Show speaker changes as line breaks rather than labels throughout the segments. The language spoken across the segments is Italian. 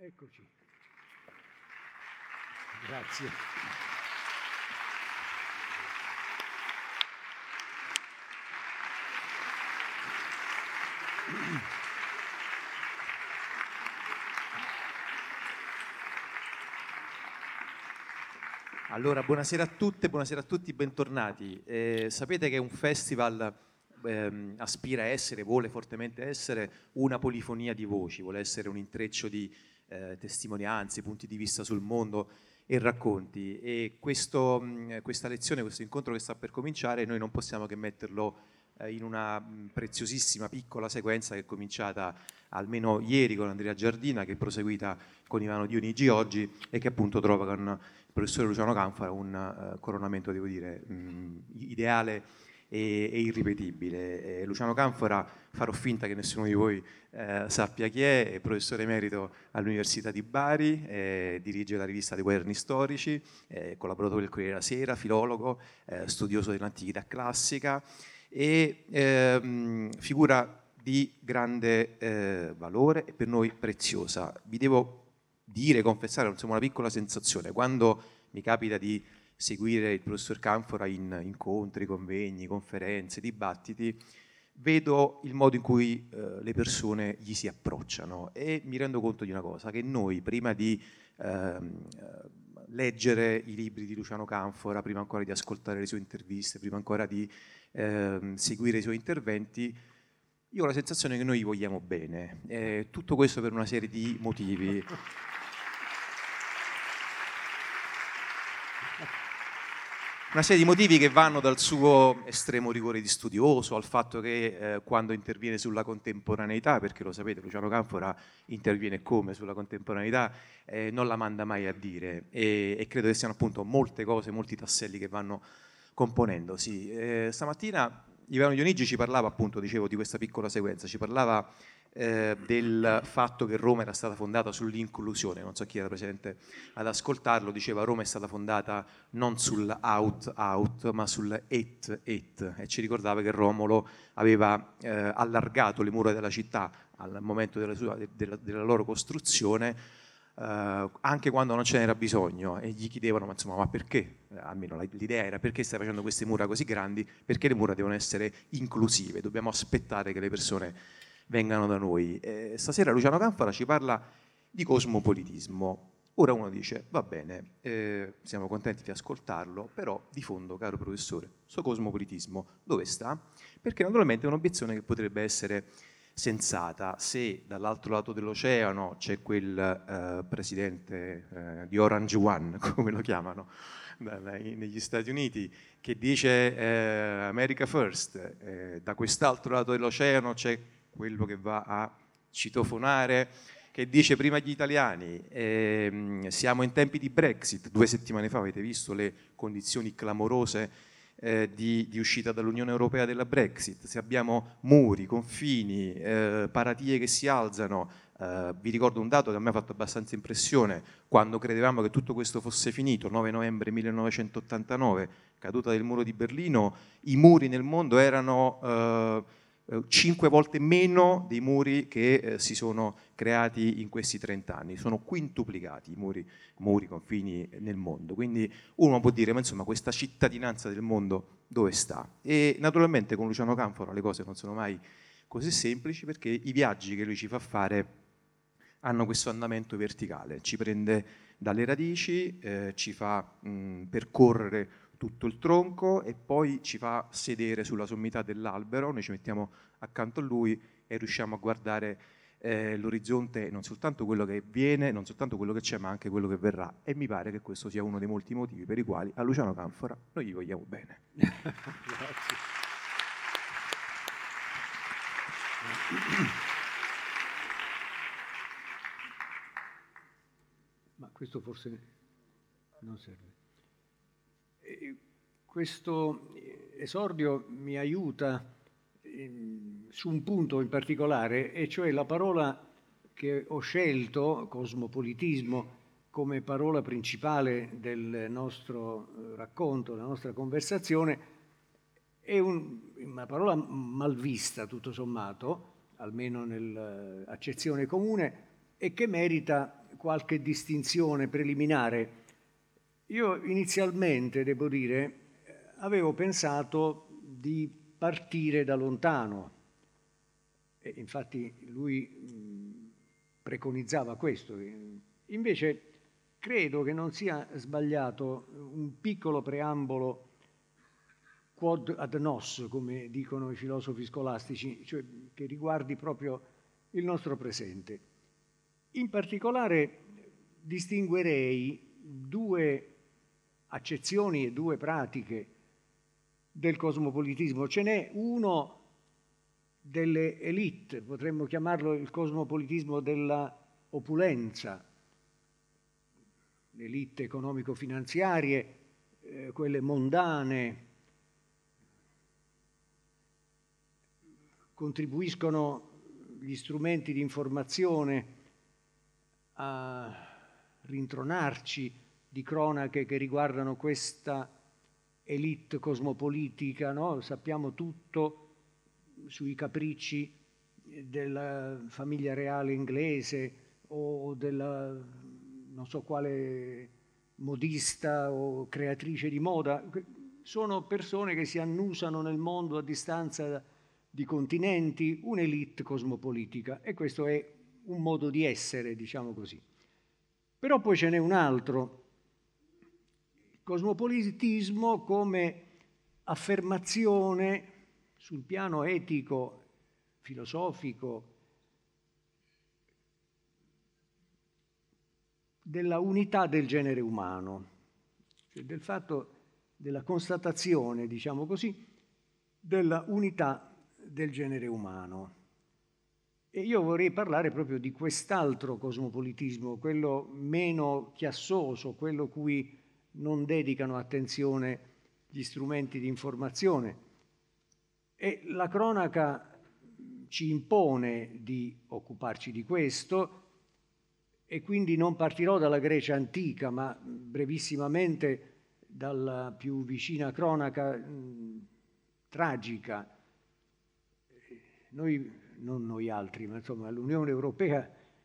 Eccoci. Grazie.
Allora, buonasera a tutte, buonasera a tutti, bentornati. Sapete che un festival aspira a essere, vuole fortemente essere una polifonia di voci, vuole essere un intreccio di testimonianze, punti di vista sul mondo e racconti. E questa lezione, questo incontro che sta per cominciare, noi non possiamo che metterlo in una preziosissima piccola sequenza che è cominciata almeno ieri con Andrea Giardina, che è proseguita con Ivano Dionigi oggi e che appunto trova con il professore Luciano Canfora un coronamento, devo dire, ideale e irripetibile. Luciano Canfora, farò finta che nessuno di voi sappia chi è professore emerito all'Università di Bari, dirige la rivista dei Quaderni Storici, collaboratore del Corriere della Sera, filologo, studioso dell'antichità classica e figura di grande valore e per noi preziosa. Vi devo dire, confessare, insomma, una piccola sensazione. Quando mi capita di seguire il professor Canfora in incontri, convegni, conferenze, dibattiti, vedo il modo in cui le persone gli si approcciano e mi rendo conto di una cosa, che noi prima di leggere i libri di Luciano Canfora, prima ancora di ascoltare le sue interviste, prima ancora di seguire i suoi interventi, io ho la sensazione che noi gli vogliamo bene. Tutto questo per una serie di motivi. Una serie di motivi che vanno dal suo estremo rigore di studioso al fatto che quando interviene sulla contemporaneità, perché lo sapete, Luciano Canfora interviene come sulla contemporaneità, non la manda mai a dire e credo che siano appunto molte cose, molti tasselli che vanno componendosi. Stamattina Ivano Dionigi ci parlava appunto, dicevo, di questa piccola sequenza, ci parlava del fatto che Roma era stata fondata sull'inclusione, non so chi era presente ad ascoltarlo, diceva Roma è stata fondata non sul out, ma sul et, e ci ricordava che Romolo aveva allargato le mura della città al momento della loro costruzione, anche quando non ce n'era bisogno, e gli chiedevano ma perché? Almeno l'idea era: perché stai facendo queste mura così grandi? Perché le mura devono essere inclusive, dobbiamo aspettare che le persone vengano da noi. Stasera Luciano Canfora ci parla di cosmopolitismo. Ora uno dice, va bene, siamo contenti di ascoltarlo, però di fondo, caro professore, suo cosmopolitismo dove sta? Perché naturalmente è un'obiezione che potrebbe essere sensata se dall'altro lato dell'oceano c'è quel presidente di Orange One, come lo chiamano negli Stati Uniti, che dice America First, da quest'altro lato dell'oceano c'è quello che va a citofonare, che dice prima gli italiani, siamo in tempi di Brexit, 2 settimane fa avete visto le condizioni clamorose di uscita dall'Unione Europea della Brexit, se abbiamo muri, confini, paratie che si alzano. Vi ricordo un dato che a me ha fatto abbastanza impressione: quando credevamo che tutto questo fosse finito, 9 novembre 1989, caduta del muro di Berlino, i muri nel mondo erano 5 volte meno dei muri che si sono creati in questi 30 anni, sono quintuplicati i muri, confini nel mondo. Quindi uno può dire, ma insomma, questa cittadinanza del mondo dove sta? E naturalmente con Luciano Canfora le cose non sono mai così semplici, perché i viaggi che lui ci fa fare hanno questo andamento verticale, ci prende dalle radici, ci fa percorrere tutto il tronco e poi ci fa sedere sulla sommità dell'albero, noi ci mettiamo accanto a lui e riusciamo a guardare l'orizzonte, non soltanto quello che viene, non soltanto quello che c'è, ma anche quello che verrà. E mi pare che questo sia uno dei molti motivi per i quali a Luciano Canfora noi gli vogliamo bene.
Grazie. Ma questo forse non serve. Questo esordio mi aiuta su un punto in particolare, e cioè la parola che ho scelto, cosmopolitismo, come parola principale del nostro racconto, della nostra conversazione, è una parola malvista tutto sommato, almeno nell'accezione comune, e che merita qualche distinzione preliminare. Io inizialmente, devo dire, avevo pensato di partire da lontano, e infatti lui preconizzava questo. Invece credo che non sia sbagliato un piccolo preambolo quod ad nos, come dicono i filosofi scolastici, cioè che riguardi proprio il nostro presente. In particolare distinguerei due accezioni e due pratiche del cosmopolitismo. Ce n'è uno delle elite, potremmo chiamarlo il cosmopolitismo della opulenza, le elite economico-finanziarie, quelle mondane, contribuiscono gli strumenti di informazione a rintronarci di cronache che riguardano questa elite cosmopolitica, no? Sappiamo tutto sui capricci della famiglia reale inglese o della non so quale modista o creatrice di moda. Sono persone che si annusano nel mondo a distanza di continenti, un'elite cosmopolitica, e questo è un modo di essere, diciamo così. Però poi ce n'è un altro, il cosmopolitismo come affermazione sul piano etico, filosofico, della unità del genere umano, cioè del fatto della constatazione, diciamo così, della unità del genere umano. E io vorrei parlare proprio di quest'altro cosmopolitismo, quello meno chiassoso, quello cui non dedicano attenzione gli strumenti di informazione. E la cronaca ci impone di occuparci di questo, e quindi non partirò dalla Grecia antica, ma brevissimamente dalla più vicina cronaca tragica. Noi, non noi altri, ma insomma l'Unione Europea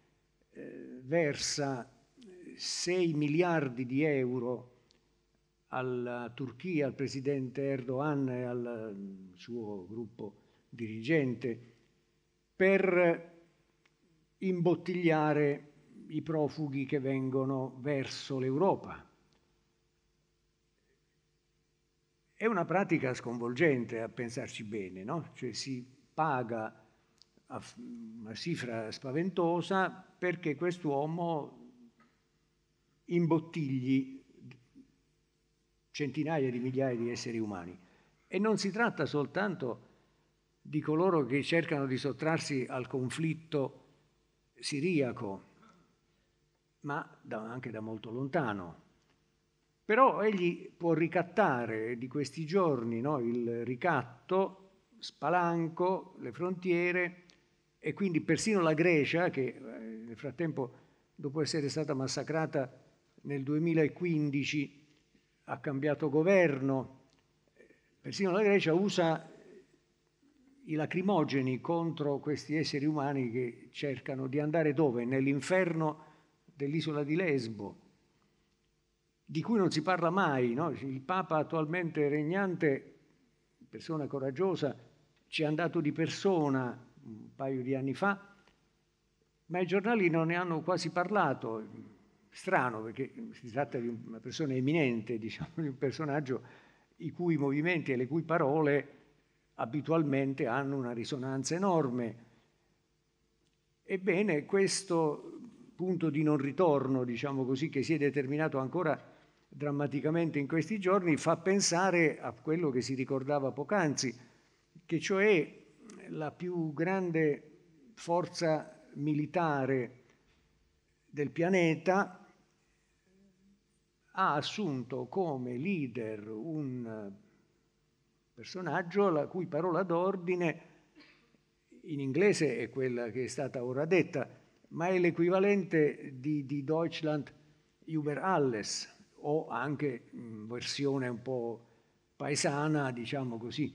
versa 6 miliardi di euro alla Turchia, al presidente Erdogan e al suo gruppo dirigente per imbottigliare i profughi che vengono verso l'Europa. È una pratica sconvolgente a pensarci bene, no? Cioè si paga una cifra spaventosa perché quest'uomo imbottigli centinaia di migliaia di esseri umani. E non si tratta soltanto di coloro che cercano di sottrarsi al conflitto siriaco, ma anche da molto lontano. Però egli può ricattare di questi giorni, no? Il ricatto, spalanco le frontiere, e quindi persino la Grecia, che nel frattempo, dopo essere stata massacrata nel 2015, ha cambiato governo, persino la Grecia usa i lacrimogeni contro questi esseri umani che cercano di andare dove? Nell'inferno dell'isola di Lesbo, di cui non si parla mai, no? Il Papa attualmente regnante, persona coraggiosa, ci è andato di persona un paio di anni fa, ma i giornali non ne hanno quasi parlato. Strano, perché si tratta di una persona eminente, diciamo, di un personaggio i cui movimenti e le cui parole abitualmente hanno una risonanza enorme. Ebbene, questo punto di non ritorno, diciamo così, che si è determinato ancora drammaticamente in questi giorni, fa pensare a quello che si ricordava poc'anzi, che cioè la più grande forza militare del pianeta ha assunto come leader un personaggio la cui parola d'ordine in inglese è quella che è stata ora detta, ma è l'equivalente di Deutschland über alles, o anche in versione un po' paesana, diciamo così,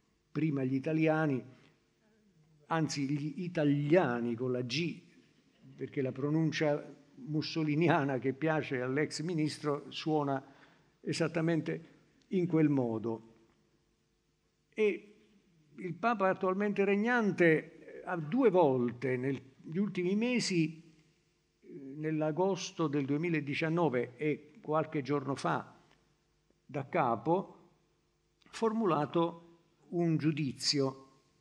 prima gli italiani, anzi gli italiani con la G perché la pronuncia mussoliniana che piace all'ex ministro suona esattamente in quel modo. E il Papa attualmente regnante ha 2 volte negli ultimi mesi, nell'agosto del 2019 e qualche giorno fa da capo, formulato un giudizio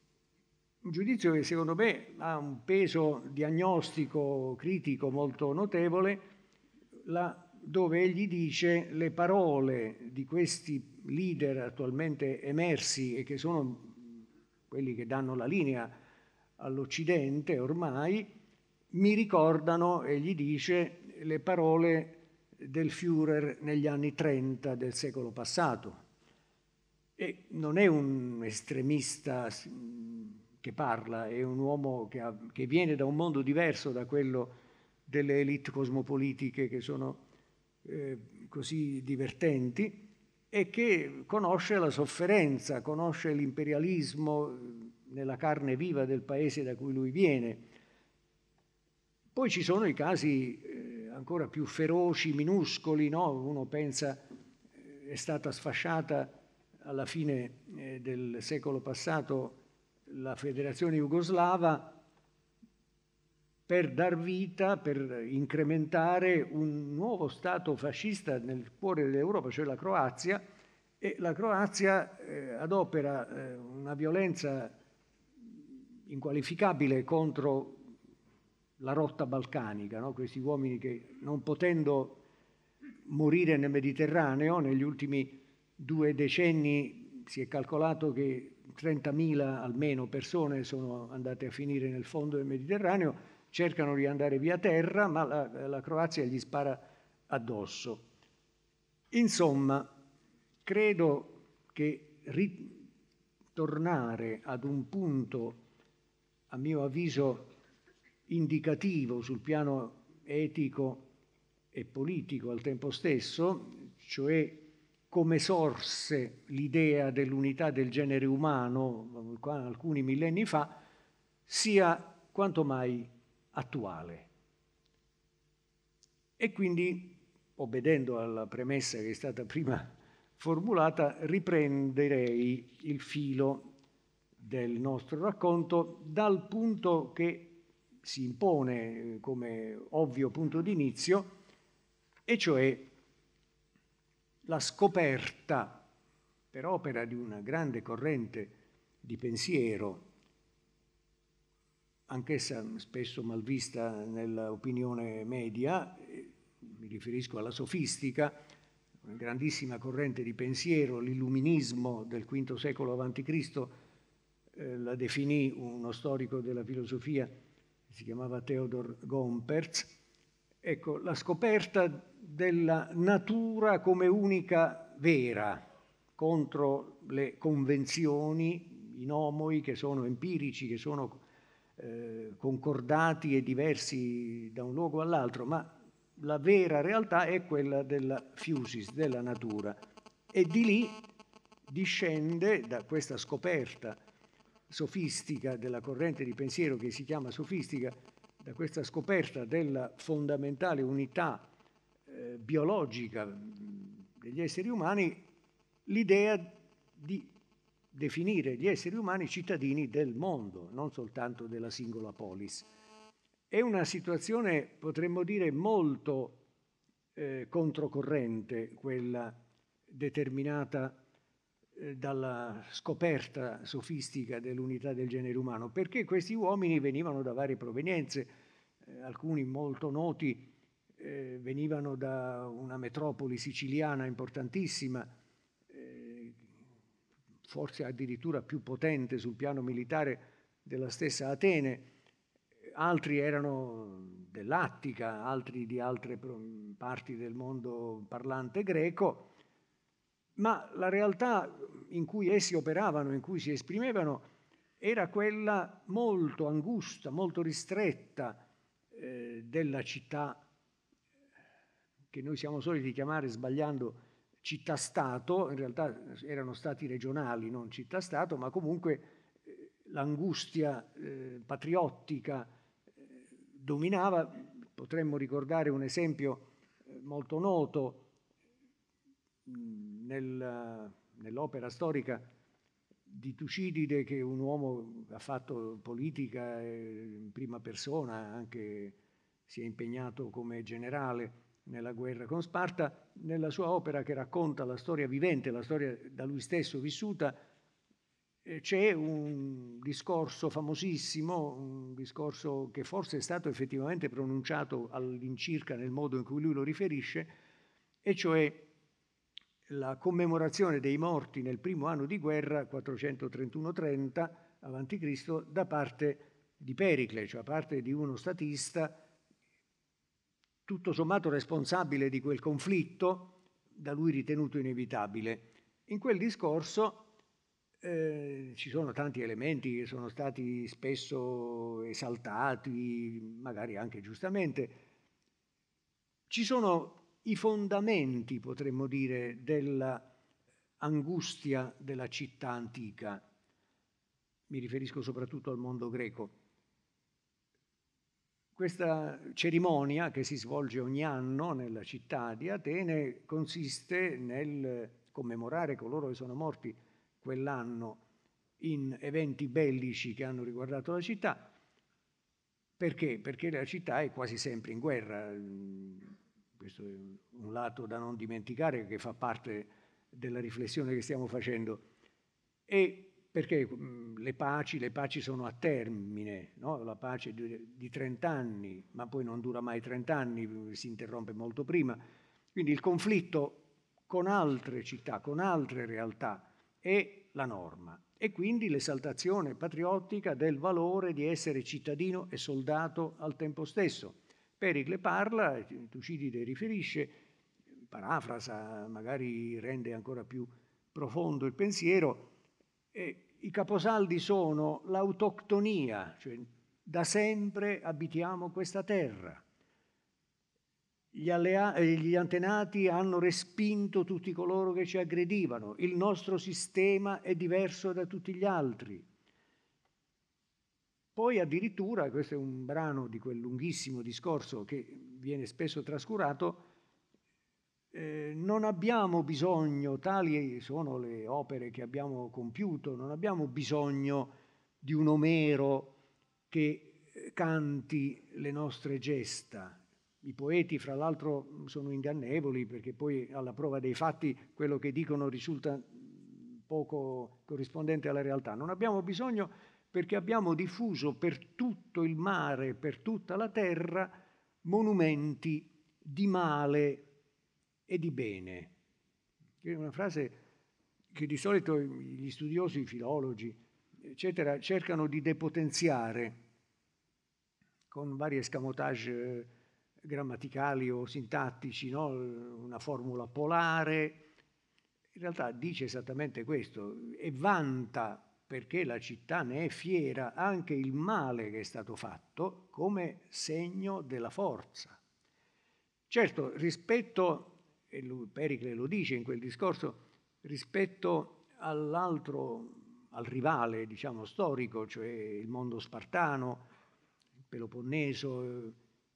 che secondo me ha un peso diagnostico critico molto notevole, dove egli dice: le parole di questi leader attualmente emersi e che sono quelli che danno la linea all'Occidente ormai, mi ricordano, egli dice, le parole del Führer negli anni 30 del secolo passato. E non è un estremista che parla, è un uomo che viene da un mondo diverso da quello delle elite cosmopolitiche che sono così divertenti, e che conosce la sofferenza, conosce l'imperialismo nella carne viva del paese da cui lui viene. Poi ci sono i casi ancora più feroci, minuscoli, no? Uno pensa è stata sfasciata alla fine del secolo passato la Federazione Jugoslava per dar vita, per incrementare un nuovo Stato fascista nel cuore dell'Europa, cioè la Croazia, e la Croazia adopera una violenza inqualificabile contro la rotta balcanica, no? Questi uomini che, non potendo morire nel Mediterraneo, negli ultimi 2 decenni si è calcolato che 30.000 almeno persone sono andate a finire nel fondo del Mediterraneo, cercano di andare via terra, ma la Croazia gli spara addosso. Insomma, credo che ritornare ad un punto, a mio avviso, indicativo sul piano etico e politico al tempo stesso, cioè come sorse l'idea dell'unità del genere umano alcuni millenni fa, sia quanto mai attuale. E quindi, obbedendo alla premessa che è stata prima formulata, riprenderei il filo del nostro racconto dal punto che si impone come ovvio punto d'inizio, e cioè la scoperta, per opera di una grande corrente di pensiero, anch'essa spesso malvista nell'opinione media, mi riferisco alla sofistica, una grandissima corrente di pensiero, l'illuminismo del V secolo a.C., la definì uno storico della filosofia, si chiamava Theodor Gomperz. Ecco, la scoperta della natura come unica vera, contro le convenzioni, i nomoi che sono empirici, che sono concordati e diversi da un luogo all'altro, ma la vera realtà è quella della physis, della natura. E di lì discende, da questa scoperta sofistica della corrente di pensiero che si chiama sofistica, da questa scoperta della fondamentale unità biologica degli esseri umani, l'idea di definire gli esseri umani cittadini del mondo, non soltanto della singola polis. È una situazione, potremmo dire, molto controcorrente, quella determinata dalla scoperta sofistica dell'unità del genere umano, perché questi uomini venivano da varie provenienze, alcuni molto noti venivano da una metropoli siciliana importantissima, forse addirittura più potente sul piano militare della stessa Atene, altri erano dell'Attica, altri di altre parti del mondo parlante greco, ma la realtà in cui essi operavano, in cui si esprimevano, era quella molto angusta, molto ristretta della città che noi siamo soliti chiamare, sbagliando, città-stato. In realtà erano stati regionali, non città-stato, ma comunque l'angustia patriottica dominava. Potremmo ricordare un esempio molto noto nell'opera storica di Tucidide, che è un uomo che ha fatto politica in prima persona, anche si è impegnato come generale nella guerra con Sparta. Nella sua opera, che racconta la storia vivente, la storia da lui stesso vissuta, c'è un discorso famosissimo, un discorso che forse è stato effettivamente pronunciato all'incirca nel modo in cui lui lo riferisce, e cioè la commemorazione dei morti nel primo anno di guerra, 431-30 a.C., da parte di Pericle, cioè da parte di uno statista tutto sommato responsabile di quel conflitto, da lui ritenuto inevitabile. In quel discorso ci sono tanti elementi che sono stati spesso esaltati, magari anche giustamente. Ci sono i fondamenti, potremmo dire, dell'angustia della città antica. Mi riferisco soprattutto al mondo greco. Questa cerimonia, che si svolge ogni anno nella città di Atene, consiste nel commemorare coloro che sono morti quell'anno in eventi bellici che hanno riguardato la città. Perché? Perché la città è quasi sempre in guerra. Questo è un lato da non dimenticare, che fa parte della riflessione che stiamo facendo. E perché le paci sono a termine, no? La pace di 30 anni, ma poi non dura mai 30 anni, si interrompe molto prima. Quindi il conflitto con altre città, con altre realtà, è la norma. E quindi l'esaltazione patriottica del valore di essere cittadino e soldato al tempo stesso. Pericle parla, Tucidide riferisce, parafrasa, magari rende ancora più profondo il pensiero. I caposaldi sono l'autoctonia, cioè da sempre abitiamo questa terra. Gli antenati hanno respinto tutti coloro che ci aggredivano. Il nostro sistema è diverso da tutti gli altri. Poi addirittura, questo è un brano di quel lunghissimo discorso che viene spesso trascurato, non abbiamo bisogno, tali sono le opere che abbiamo compiuto, non abbiamo bisogno di un Omero che canti le nostre gesta. I poeti, fra l'altro, sono ingannevoli, perché poi alla prova dei fatti quello che dicono risulta poco corrispondente alla realtà. Non abbiamo bisogno, perché abbiamo diffuso per tutto il mare, per tutta la terra, monumenti di male e di bene. È una frase che di solito gli studiosi, i filologi, eccetera, cercano di depotenziare con vari escamotage grammaticali o sintattici, no? Una formula polare. In realtà dice esattamente questo, e vanta, perché la città ne è fiera, anche il male che è stato fatto come segno della forza. Certo, rispetto, e Pericle lo dice in quel discorso, rispetto al rivale, diciamo, storico, cioè il mondo spartano, il Peloponneso,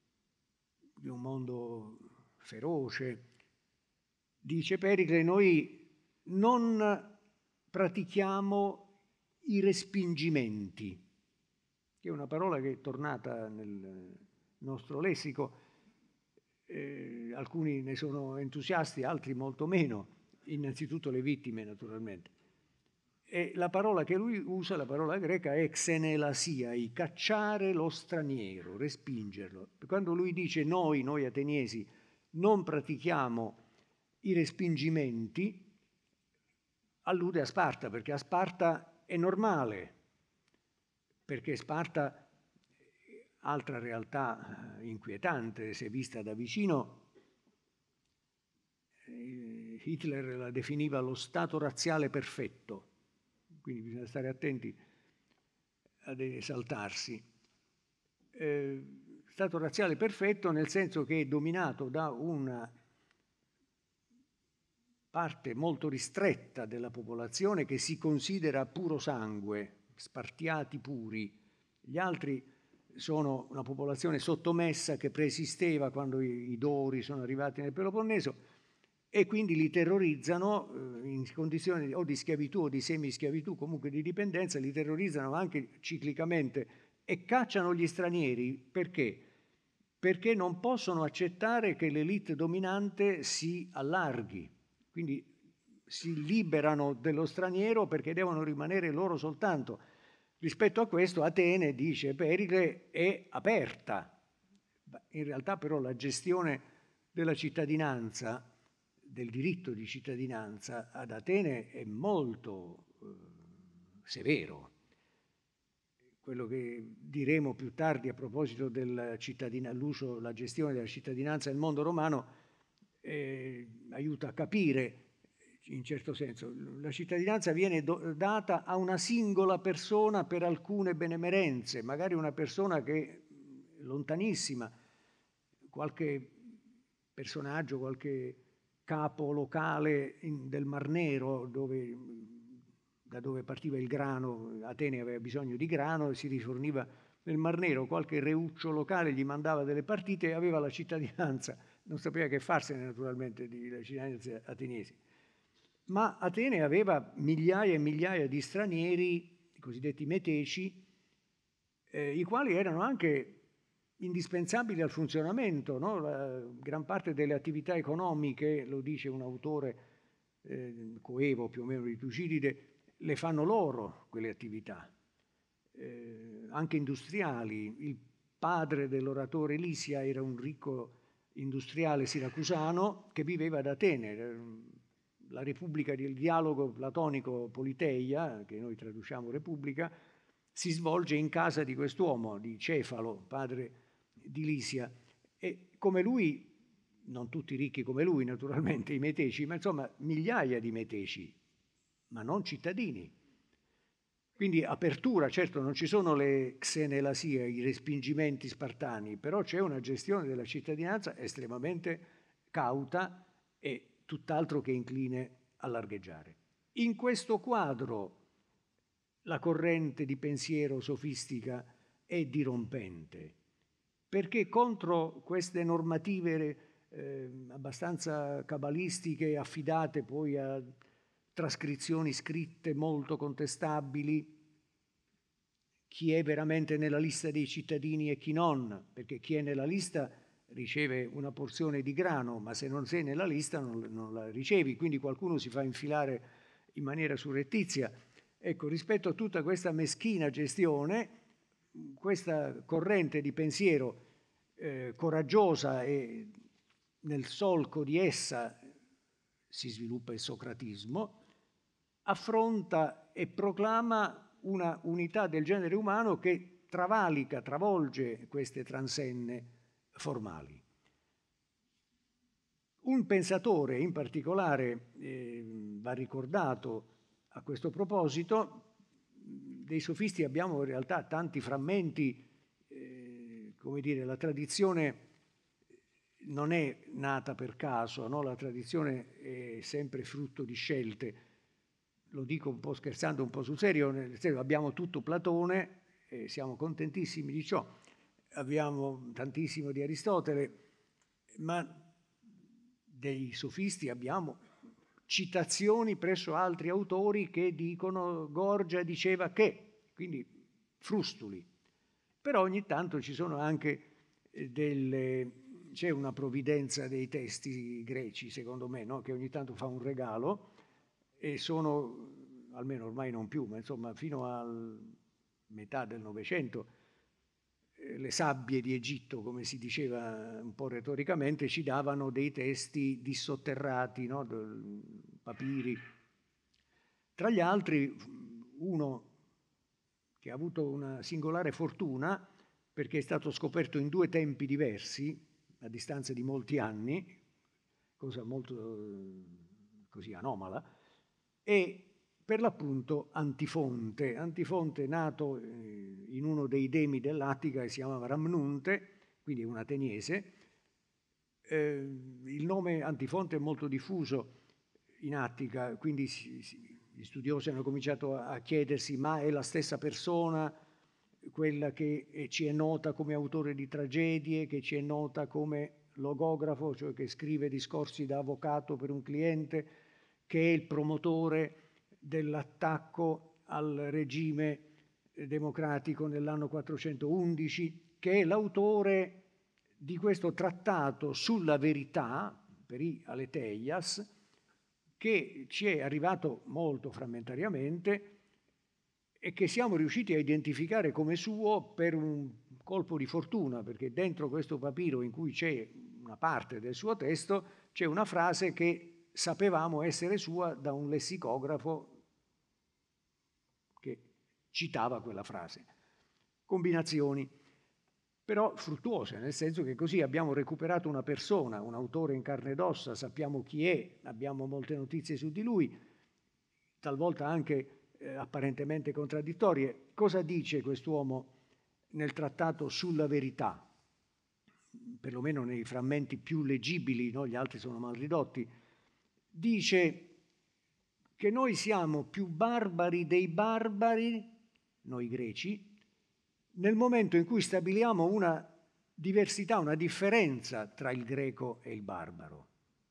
di un mondo feroce, dice Pericle, noi non pratichiamo i respingimenti, che è una parola che è tornata nel nostro lessico. Alcuni ne sono entusiasti, altri molto meno, innanzitutto le vittime naturalmente. E la parola che lui usa, la parola greca, è xenelasiai, cacciare lo straniero, respingerlo. Quando lui dice noi ateniesi, non pratichiamo i respingimenti, allude a Sparta, perché a Sparta è normale, perché Sparta, altra realtà inquietante se vista da vicino, Hitler la definiva lo stato razziale perfetto, quindi bisogna stare attenti ad esaltarsi. Stato razziale perfetto nel senso che è dominato da una parte molto ristretta della popolazione che si considera puro sangue, spartiati puri. Gli altri sono una popolazione sottomessa che preesisteva quando i Dori sono arrivati nel Peloponneso, e quindi li terrorizzano in condizioni o di schiavitù o di semischiavitù, comunque di dipendenza, li terrorizzano anche ciclicamente e cacciano gli stranieri. Perché? Perché non possono accettare che l'elite dominante si allarghi, quindi si liberano dello straniero perché devono rimanere loro soltanto. Rispetto a questo Atene, dice Pericle, è aperta. In realtà però la gestione della cittadinanza, del diritto di cittadinanza ad Atene è molto severo. Quello che diremo più tardi a proposito dell'uso, la gestione della cittadinanza nel mondo romano aiuta a capire, in certo senso, la cittadinanza viene data a una singola persona per alcune benemerenze, magari una persona che è lontanissima, qualche personaggio, qualche capo locale del Mar Nero, da dove partiva il grano. Atene aveva bisogno di grano e si riforniva nel Mar Nero. Qualche reuccio locale gli mandava delle partite e aveva la cittadinanza, non sapeva che farsene naturalmente della cittadinanza ateniesi. Ma Atene aveva migliaia e migliaia di stranieri, i cosiddetti meteci, i quali erano anche indispensabili al funzionamento, no? Gran parte delle attività economiche, lo dice un autore coevo più o meno di Tucidide, le fanno loro quelle attività, anche industriali. Il padre dell'oratore Lisia era un ricco industriale siracusano che viveva ad Atene. La Repubblica del dialogo platonico Politeia, che noi traduciamo Repubblica, si svolge in casa di quest'uomo, di Cefalo, padre di Lisia, e come lui, non tutti ricchi come lui naturalmente, i meteci, ma insomma migliaia di meteci, ma non cittadini. Quindi apertura, certo non ci sono le xenelasie, i respingimenti spartani, però c'è una gestione della cittadinanza estremamente cauta e tutt'altro che incline a largheggiare. In questo quadro la corrente di pensiero sofistica è dirompente, perché contro queste normative abbastanza cabalistiche, affidate poi a trascrizioni scritte molto contestabili, chi è veramente nella lista dei cittadini e chi non, perché chi è nella lista riceve una porzione di grano, ma se non sei nella lista non la ricevi, quindi qualcuno si fa infilare in maniera surrettizia. Ecco, rispetto a tutta questa meschina gestione, questa corrente di pensiero coraggiosa, e nel solco di essa si sviluppa il socratismo, affronta e proclama una unità del genere umano che travalica, travolge queste transenne formali. Un pensatore in particolare va ricordato a questo proposito. Dei sofisti abbiamo in realtà tanti frammenti, come dire, la tradizione non è nata per caso, no? La tradizione è sempre frutto di scelte. Lo dico un po' scherzando, un po' sul serio, nel senso, abbiamo tutto Platone e siamo contentissimi di ciò, abbiamo tantissimo di Aristotele, ma dei sofisti abbiamo citazioni presso altri autori che dicono Gorgia diceva che, quindi frustuli. Però ogni tanto ci sono anche c'è una provvidenza dei testi greci, secondo me, no? Che ogni tanto fa un regalo, e sono, almeno ormai non più, ma insomma fino a metà del Novecento, le sabbie di Egitto, come si diceva un po' retoricamente, ci davano dei testi dissotterrati, no? Papiri. Tra gli altri, uno che ha avuto una singolare fortuna, perché è stato scoperto in due tempi diversi, a distanza di molti anni, cosa molto così anomala, e per l'appunto Antifonte. Antifonte, nato in uno dei demi dell'Attica che si chiamava Ramnunte, quindi un ateniese. Il nome Antifonte è molto diffuso in Attica, quindi gli studiosi hanno cominciato a chiedersi: ma è la stessa persona quella che ci è nota come autore di tragedie, che ci è nota come logografo, cioè che scrive discorsi da avvocato per un cliente, che è il promotore dell'attacco al regime democratico nell'anno 411, che è l'autore di questo trattato sulla verità, Peri Aleteias, che ci è arrivato molto frammentariamente e che siamo riusciti a identificare come suo per un colpo di fortuna, perché dentro questo papiro in cui c'è una parte del suo testo c'è una frase che sapevamo essere sua da un lessicografo che citava quella frase. Combinazioni però fruttuose, nel senso che così abbiamo recuperato una persona, un autore in carne ed ossa, sappiamo chi è, abbiamo molte notizie su di lui, talvolta anche apparentemente contraddittorie. Cosa dice quest'uomo nel trattato sulla verità? Perlomeno nei frammenti più leggibili, no? Gli altri sono mal ridotti. Dice che noi siamo più barbari dei barbari, noi greci, nel momento in cui stabiliamo una diversità, una differenza tra il greco e il barbaro.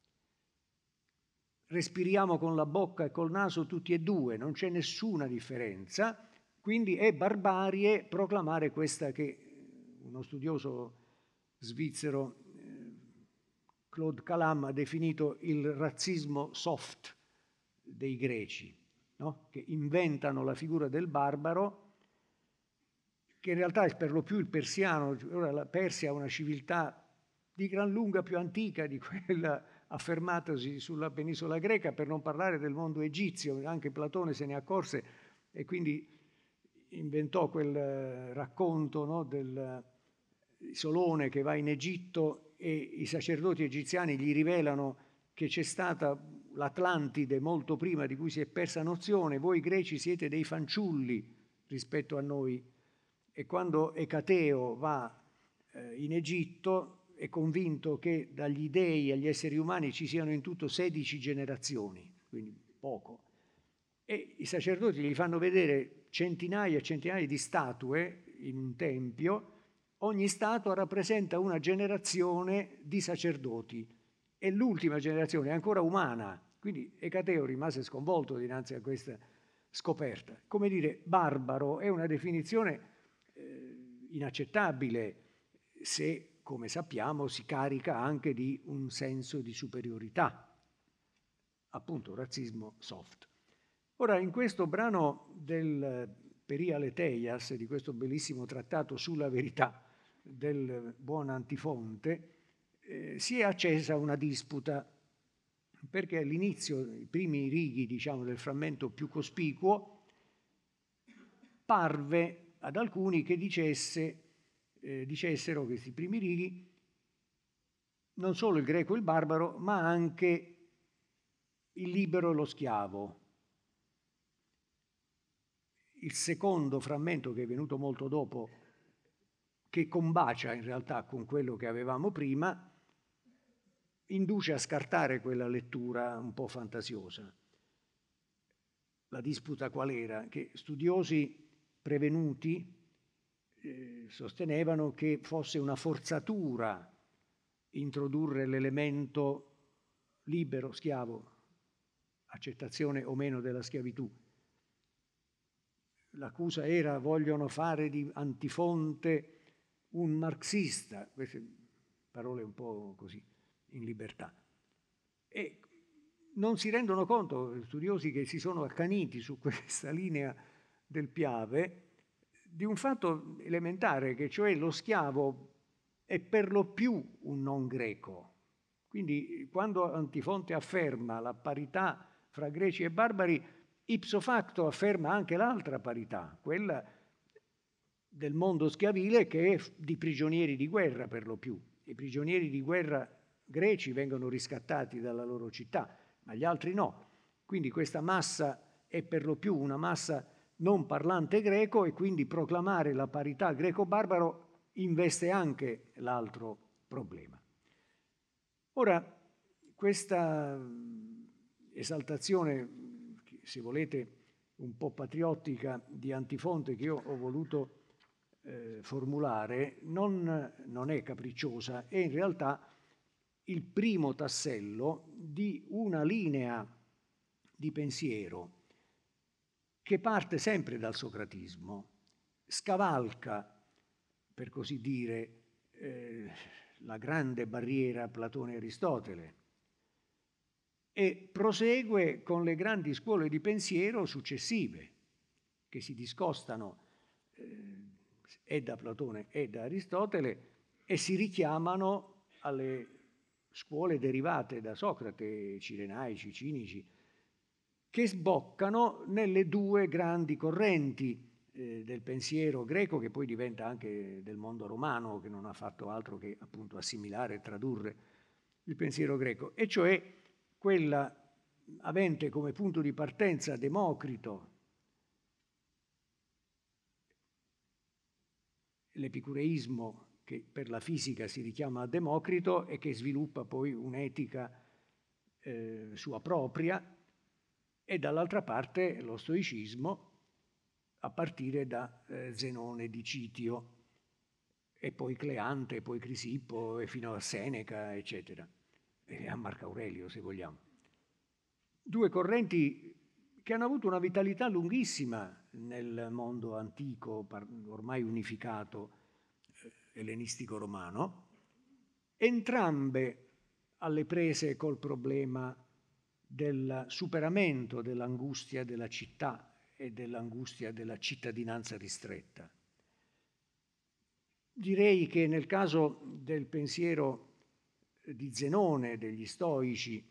Respiriamo con la bocca e col naso tutti e due, non c'è nessuna differenza, quindi è barbarie proclamare questa che uno studioso svizzero, Claude Calam, ha definito il razzismo soft dei greci, no? Che inventano la figura del barbaro, che in realtà è per lo più il persiano. Ora la Persia ha una civiltà di gran lunga più antica di quella affermatasi sulla penisola greca, per non parlare del mondo egizio. Anche Platone se ne accorse e quindi inventò quel racconto, no, del Solone che va in Egitto e i sacerdoti egiziani gli rivelano che c'è stata l'Atlantide molto prima, di cui si è persa nozione. Voi greci siete dei fanciulli rispetto a noi. E quando Ecateo va in Egitto è convinto che dagli dei agli esseri umani ci siano in tutto 16 generazioni, quindi poco. E i sacerdoti gli fanno vedere centinaia e centinaia di statue in un tempio. Ogni statua rappresenta una generazione di sacerdoti e l'ultima generazione è ancora umana. Quindi Ecateo rimase sconvolto dinanzi a questa scoperta. Come dire, barbaro è una definizione inaccettabile se, come sappiamo, si carica anche di un senso di superiorità, appunto razzismo soft. Ora, in questo brano del Peri Aleteias, di questo bellissimo trattato sulla verità del buon Antifonte, si è accesa una disputa, perché all'inizio, i primi righi, diciamo, del frammento più cospicuo, parve ad alcuni che dicessero questi primi righi non solo il greco e il barbaro, ma anche il libero e lo schiavo. Il secondo frammento, che è venuto molto dopo, che combacia in realtà con quello che avevamo prima, induce a scartare quella lettura un po' fantasiosa. La disputa qual era? Che studiosi prevenuti sostenevano che fosse una forzatura introdurre l'elemento libero, schiavo, accettazione o meno della schiavitù. L'accusa era: vogliono fare di Antifonte un marxista, queste parole un po' così, in libertà. E non si rendono conto, studiosi che si sono accaniti su questa linea del Piave, di un fatto elementare, che cioè lo schiavo è per lo più un non greco. Quindi quando Antifonte afferma la parità fra greci e barbari, ipso facto afferma anche l'altra parità, quella del mondo schiavile, che è di prigionieri di guerra per lo più. I prigionieri di guerra greci vengono riscattati dalla loro città, ma gli altri no. Quindi questa massa è per lo più una massa non parlante greco, e quindi proclamare la parità greco-barbaro investe anche l'altro problema. Ora, questa esaltazione, se volete, un po' patriottica di Antifonte, che io ho voluto formulare non è capricciosa, è in realtà il primo tassello di una linea di pensiero che parte sempre dal socratismo, scavalca, per così dire, la grande barriera Platone-Aristotele e prosegue con le grandi scuole di pensiero successive, che si discostano e da Platone e da Aristotele e si richiamano alle scuole derivate da Socrate, cirenaici, cinici, che sboccano nelle due grandi correnti del pensiero greco, che poi diventa anche del mondo romano, che non ha fatto altro che appunto assimilare e tradurre il pensiero greco, e cioè quella avente come punto di partenza Democrito, l'epicureismo che per la fisica si richiama a Democrito e che sviluppa poi un'etica sua propria, e dall'altra parte lo stoicismo a partire da Zenone di Citio e poi Cleante, e poi Crisippo e fino a Seneca, eccetera, e a Marco Aurelio se vogliamo. Due correnti che hanno avuto una vitalità lunghissima nel mondo antico, ormai unificato, ellenistico-romano, entrambe alle prese col problema del superamento dell'angustia della città e dell'angustia della cittadinanza ristretta. Direi che nel caso del pensiero di Zenone, degli stoici,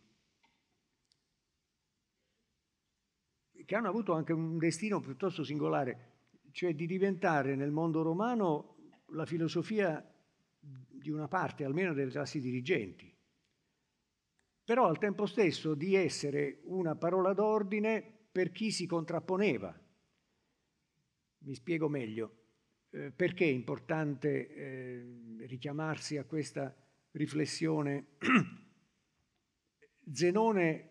che hanno avuto anche un destino piuttosto singolare, cioè di diventare nel mondo romano la filosofia di una parte, almeno delle classi dirigenti, però al tempo stesso di essere una parola d'ordine per chi si contrapponeva. Mi spiego meglio. Perché è importante richiamarsi a questa riflessione? Zenone,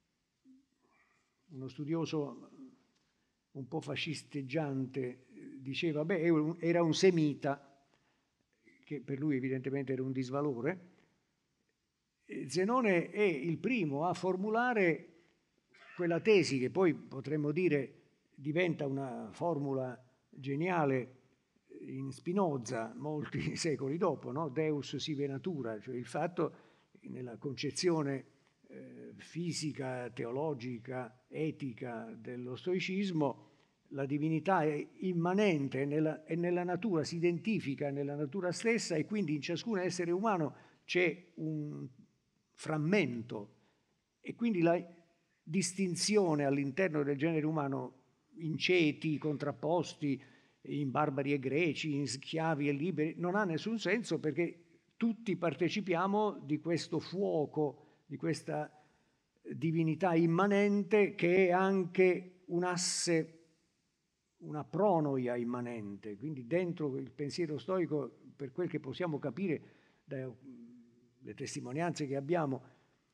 uno studioso un po' fascisteggiante, diceva, era un semita, che per lui evidentemente era un disvalore. Zenone è il primo a formulare quella tesi che poi potremmo dire diventa una formula geniale in Spinoza molti secoli dopo, no? Deus sive natura, cioè il fatto nella concezione fisica, teologica, etica dello stoicismo, la divinità è immanente, è nella natura, si identifica nella natura stessa e quindi in ciascun essere umano c'è un frammento e quindi la distinzione all'interno del genere umano in ceti contrapposti, in barbari e greci, in schiavi e liberi, non ha nessun senso perché tutti partecipiamo di questo fuoco, di questa divinità immanente che è anche un asse, una pronoia immanente. Quindi dentro il pensiero stoico, per quel che possiamo capire dalle testimonianze che abbiamo,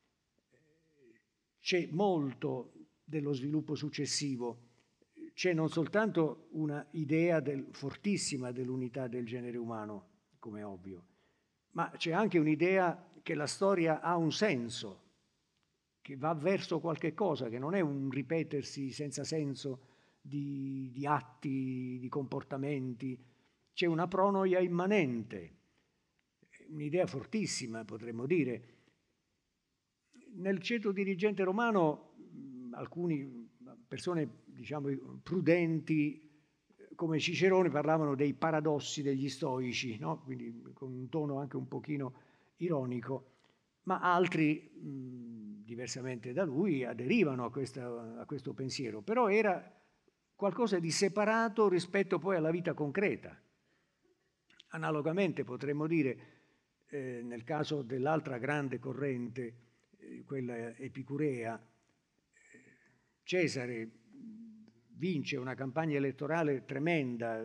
c'è molto dello sviluppo successivo. C'è non soltanto una idea fortissima dell'unità del genere umano, come è ovvio, ma c'è anche un'idea che la storia ha un senso, che va verso qualche cosa, che non è un ripetersi senza senso di atti, di comportamenti. C'è una pronoia immanente, un'idea fortissima, potremmo dire. Nel ceto dirigente romano, alcune persone, diciamo, prudenti, come Cicerone, parlavano dei paradossi degli stoici, no? Quindi con un tono anche un pochino ironico, ma altri, diversamente da lui, aderivano a questo pensiero, però era qualcosa di separato rispetto poi alla vita concreta. Analogamente potremmo dire, nel caso dell'altra grande corrente, quella epicurea, Cesare vince una campagna elettorale tremenda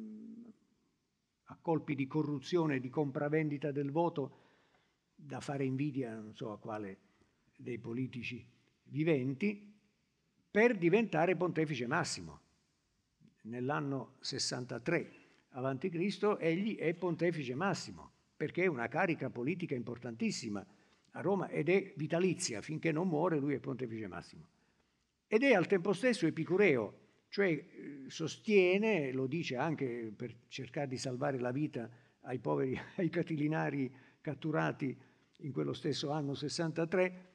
a colpi di corruzione, di compravendita del voto, da fare invidia non so a quale dei politici viventi, per diventare pontefice massimo nell'anno 63 avanti Cristo, egli è pontefice massimo, perché è una carica politica importantissima a Roma ed è vitalizia, finché non muore lui è pontefice massimo. Ed è al tempo stesso epicureo, cioè sostiene, lo dice anche per cercare di salvare la vita ai poveri, ai catilinari catturati in quello stesso anno 63,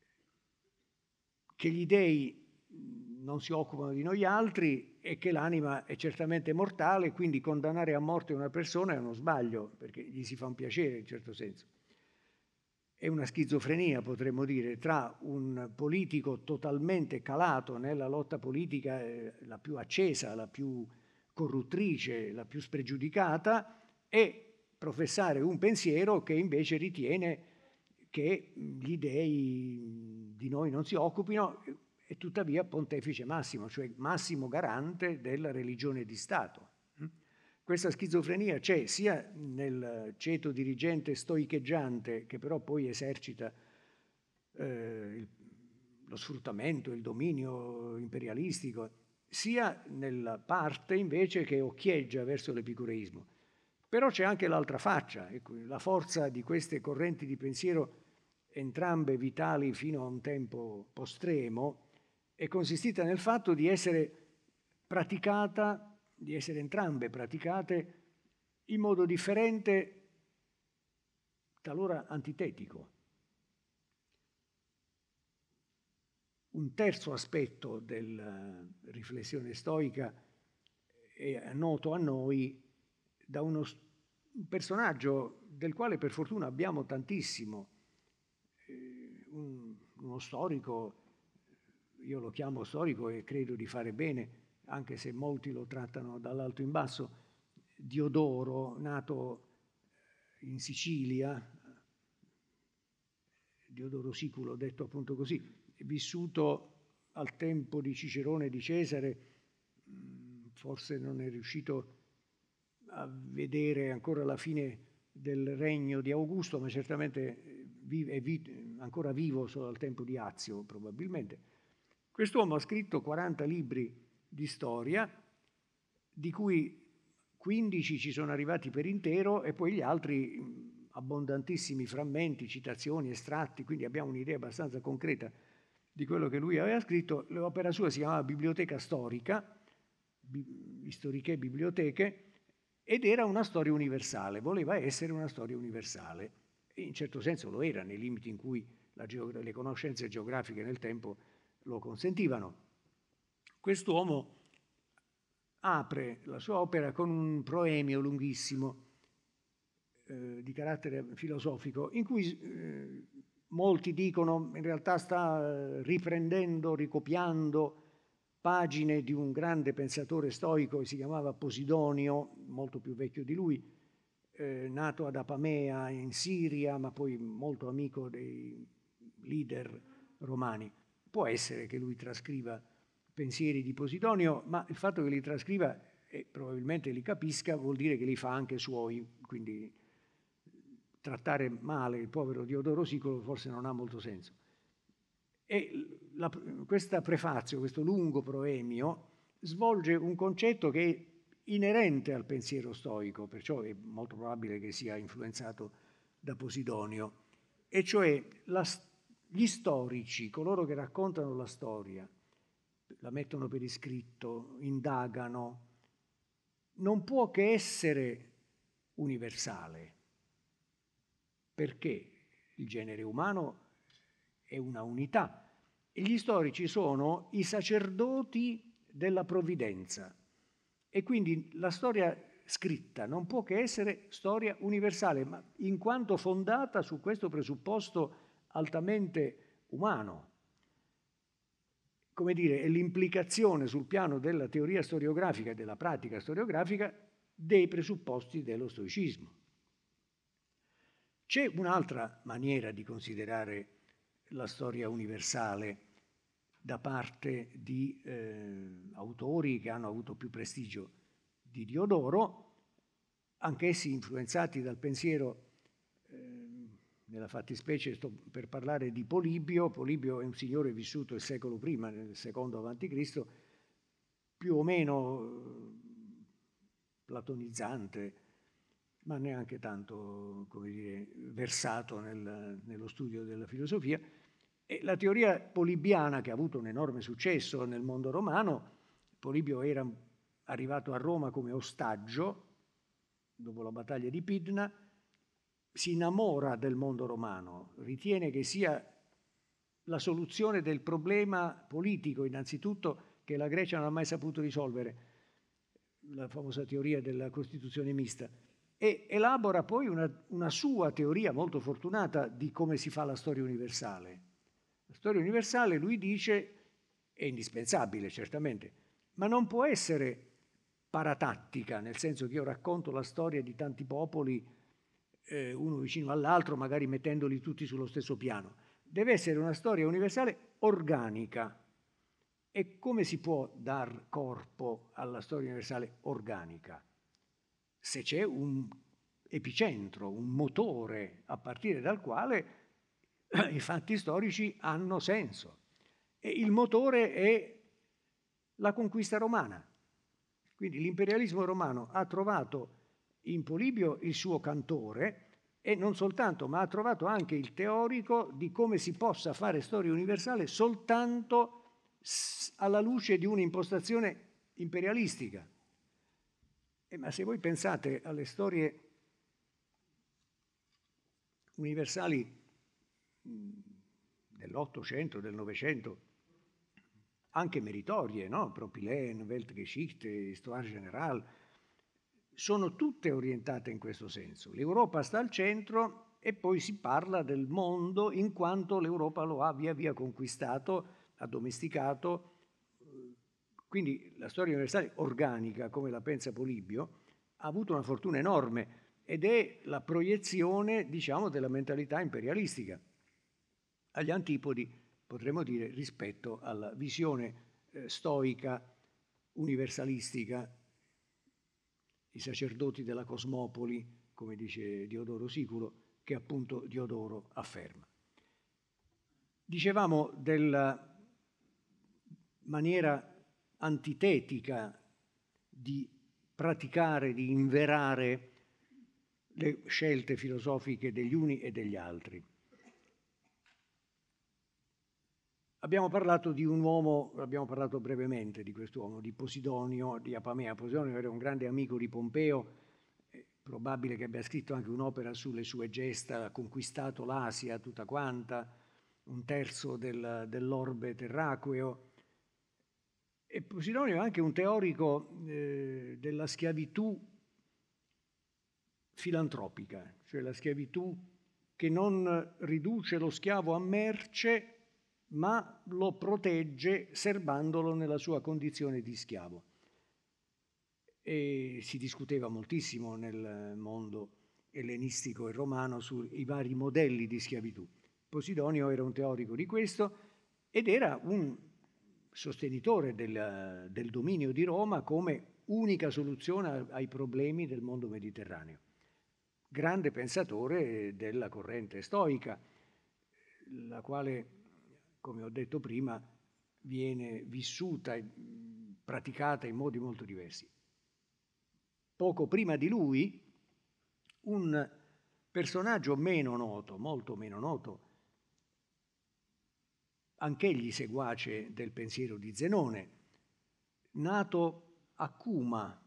che gli dei non si occupano di noi altri e che l'anima è certamente mortale, quindi condannare a morte una persona è uno sbaglio, perché gli si fa un piacere in certo senso. È una schizofrenia, potremmo dire, tra un politico totalmente calato nella lotta politica, la più accesa, la più corruttrice, la più spregiudicata, e professare un pensiero che invece ritiene che gli dei di noi non si occupino, e tuttavia pontefice massimo, cioè massimo garante della religione di Stato. Questa schizofrenia c'è sia nel ceto dirigente stoicheggiante, che però poi esercita lo sfruttamento, il dominio imperialistico, sia nella parte invece che occhieggia verso l'epicureismo. Però c'è anche l'altra faccia, ecco, la forza di queste correnti di pensiero, entrambe vitali fino a un tempo postremo, è consistita nel fatto di essere praticata, di essere entrambe praticate in modo differente, talora antitetico. Un terzo aspetto della riflessione stoica è noto a noi da un personaggio del quale per fortuna abbiamo tantissimo, uno storico, io lo chiamo storico e credo di fare bene, anche se molti lo trattano dall'alto in basso, Diodoro, nato in Sicilia, Diodoro Siculo, detto appunto così, vissuto al tempo di Cicerone e di Cesare, forse non è riuscito a vedere ancora la fine del regno di Augusto, ma certamente è ancora vivo solo al tempo di Azio, probabilmente. Quest'uomo ha scritto 40 libri di storia, di cui 15 ci sono arrivati per intero e poi gli altri abbondantissimi frammenti, citazioni, estratti, quindi abbiamo un'idea abbastanza concreta di quello che lui aveva scritto. L'opera sua si chiamava Biblioteca Storica, Historiche Biblioteche, ed era una storia universale, voleva essere una storia universale. E in certo senso lo era, nei limiti in cui le conoscenze geografiche nel tempo lo consentivano. Quest'uomo apre la sua opera con un proemio lunghissimo di carattere filosofico, in cui molti dicono in realtà sta riprendendo, ricopiando pagine di un grande pensatore stoico che si chiamava Posidonio, molto più vecchio di lui, nato ad Apamea in Siria, ma poi molto amico dei leader romani. Può essere che lui trascriva pensieri di Posidonio, ma il fatto che li trascriva e probabilmente li capisca vuol dire che li fa anche suoi, quindi trattare male il povero Diodoro Siculo forse non ha molto senso. E questa prefazio, questo lungo proemio, svolge un concetto che è inerente al pensiero stoico, perciò è molto probabile che sia influenzato da Posidonio, e cioè gli storici, coloro che raccontano la storia, la mettono per iscritto, indagano, non può che essere universale, perché il genere umano è una unità e gli storici sono i sacerdoti della provvidenza e quindi la storia scritta non può che essere storia universale, ma in quanto fondata su questo presupposto altamente umano. Come dire, è l'implicazione sul piano della teoria storiografica e della pratica storiografica dei presupposti dello stoicismo. C'è un'altra maniera di considerare la storia universale da parte di autori che hanno avuto più prestigio di Diodoro, anch'essi influenzati dal pensiero, nella fattispecie sto per parlare di Polibio. Polibio è un signore vissuto il secolo prima, nel secondo avanti Cristo, più o meno platonizzante, ma neanche tanto, come dire, versato nello studio della filosofia. E la teoria polibiana, che ha avuto un enorme successo nel mondo romano, Polibio era arrivato a Roma come ostaggio, dopo la battaglia di Pydna, si innamora del mondo romano, ritiene che sia la soluzione del problema politico, innanzitutto, che la Grecia non ha mai saputo risolvere, la famosa teoria della Costituzione mista, e elabora poi una sua teoria molto fortunata di come si fa la storia universale. La storia universale, lui dice, è indispensabile, certamente, ma non può essere paratattica, nel senso che io racconto la storia di tanti popoli, uno vicino all'altro, magari mettendoli tutti sullo stesso piano. Deve essere una storia universale organica. E come si può dar corpo alla storia universale organica? Se c'è un epicentro, un motore a partire dal quale i fatti storici hanno senso. E il motore è la conquista romana. Quindi l'imperialismo romano ha trovato in Polibio il suo cantore, e non soltanto, ma ha trovato anche il teorico di come si possa fare storia universale soltanto alla luce di un'impostazione imperialistica. Ma se voi pensate alle storie universali dell'Ottocento, del Novecento, anche meritorie, no? Propylaen, Weltgeschichte, Histoire Générale, sono tutte orientate in questo senso. L'Europa sta al centro e poi si parla del mondo in quanto l'Europa lo ha via via conquistato, addomesticato. Quindi la storia universale organica, come la pensa Polibio, ha avuto una fortuna enorme ed è la proiezione, diciamo, della mentalità imperialistica, agli antipodi, potremmo dire, rispetto alla visione stoica, universalistica, i sacerdoti della cosmopoli, come dice Diodoro Siculo, che appunto Diodoro afferma. Dicevamo della maniera antitetica di praticare, di inverare le scelte filosofiche degli uni e degli altri. Abbiamo parlato di un uomo, abbiamo parlato brevemente di quest'uomo, di Posidonio, di Apamea. Posidonio era un grande amico di Pompeo, è probabile che abbia scritto anche un'opera sulle sue gesta, ha conquistato l'Asia tutta quanta, un terzo dell'orbe terraqueo. E Posidonio è anche un teorico della schiavitù filantropica, cioè la schiavitù che non riduce lo schiavo a merce, ma lo protegge serbandolo nella sua condizione di schiavo. E si discuteva moltissimo nel mondo ellenistico e romano sui vari modelli di schiavitù. Posidonio era un teorico di questo ed era un sostenitore del dominio di Roma come unica soluzione ai problemi del mondo mediterraneo. Grande pensatore della corrente stoica, la quale, come ho detto prima, viene vissuta e praticata in modi molto diversi. Poco prima di lui, un personaggio meno noto, molto meno noto, anch'egli seguace del pensiero di Zenone, nato a Cuma,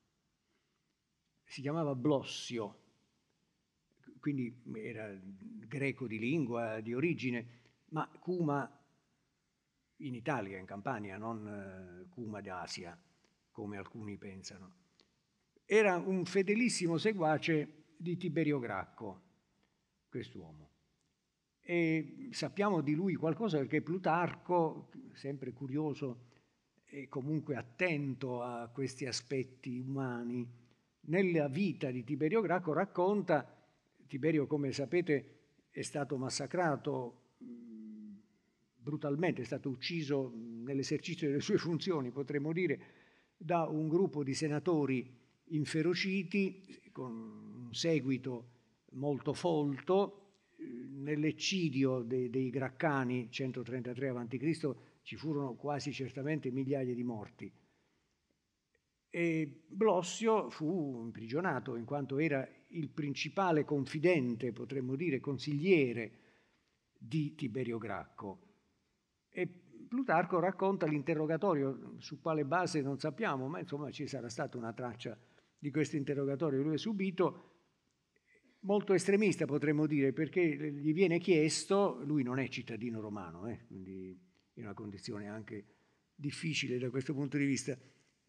si chiamava Blossio, quindi era greco di lingua, di origine, ma Cuma in Italia, in Campania, non Cuma d'Asia, come alcuni pensano. Era un fedelissimo seguace di Tiberio Gracco, quest'uomo. E sappiamo di lui qualcosa perché Plutarco, sempre curioso e comunque attento a questi aspetti umani, nella vita di Tiberio Gracco racconta, Tiberio come sapete è stato massacrato brutalmente, è stato ucciso nell'esercizio delle sue funzioni, potremmo dire, da un gruppo di senatori inferociti con un seguito molto folto. Nell'eccidio dei Graccani, 133 a.C., ci furono quasi certamente migliaia di morti. E Blossio fu imprigionato in quanto era il principale confidente, potremmo dire consigliere di Tiberio Gracco. E Plutarco racconta l'interrogatorio, su quale base non sappiamo, ma insomma ci sarà stata una traccia di questo interrogatorio che lui ha subito, molto estremista potremmo dire, perché gli viene chiesto, lui non è cittadino romano, quindi in una condizione anche difficile da questo punto di vista,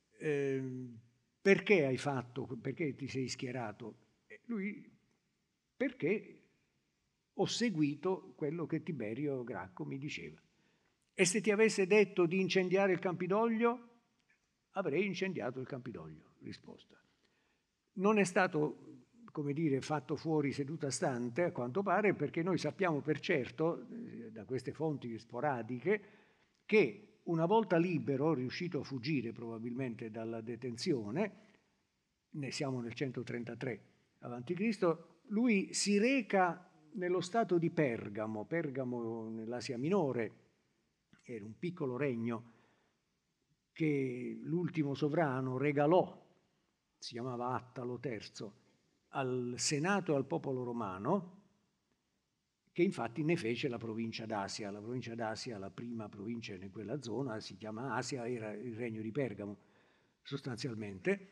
perché hai fatto, perché ti sei schierato? E lui, perché ho seguito quello che Tiberio Gracco mi diceva. E se ti avesse detto di incendiare il Campidoglio, avrei incendiato il Campidoglio, risposta. Non è stato, come dire, fatto fuori seduta stante, a quanto pare, perché noi sappiamo per certo, da queste fonti sporadiche, che una volta libero, riuscito a fuggire probabilmente dalla detenzione, ne siamo nel 133 a.C., lui si reca nello stato di Pergamo. Pergamo nell'Asia Minore era un piccolo regno che l'ultimo sovrano regalò, si chiamava Attalo III, al Senato e al popolo romano, che infatti ne fece la provincia d'Asia. La provincia d'Asia, la prima provincia in quella zona, si chiama Asia, era il regno di Pergamo sostanzialmente.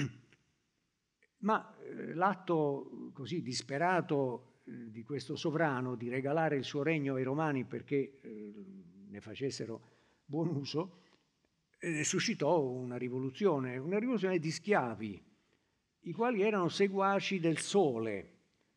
Ma l'atto così disperato di questo sovrano di regalare il suo regno ai romani perché ne facessero buon uso, suscitò una rivoluzione di schiavi, i quali erano seguaci del sole.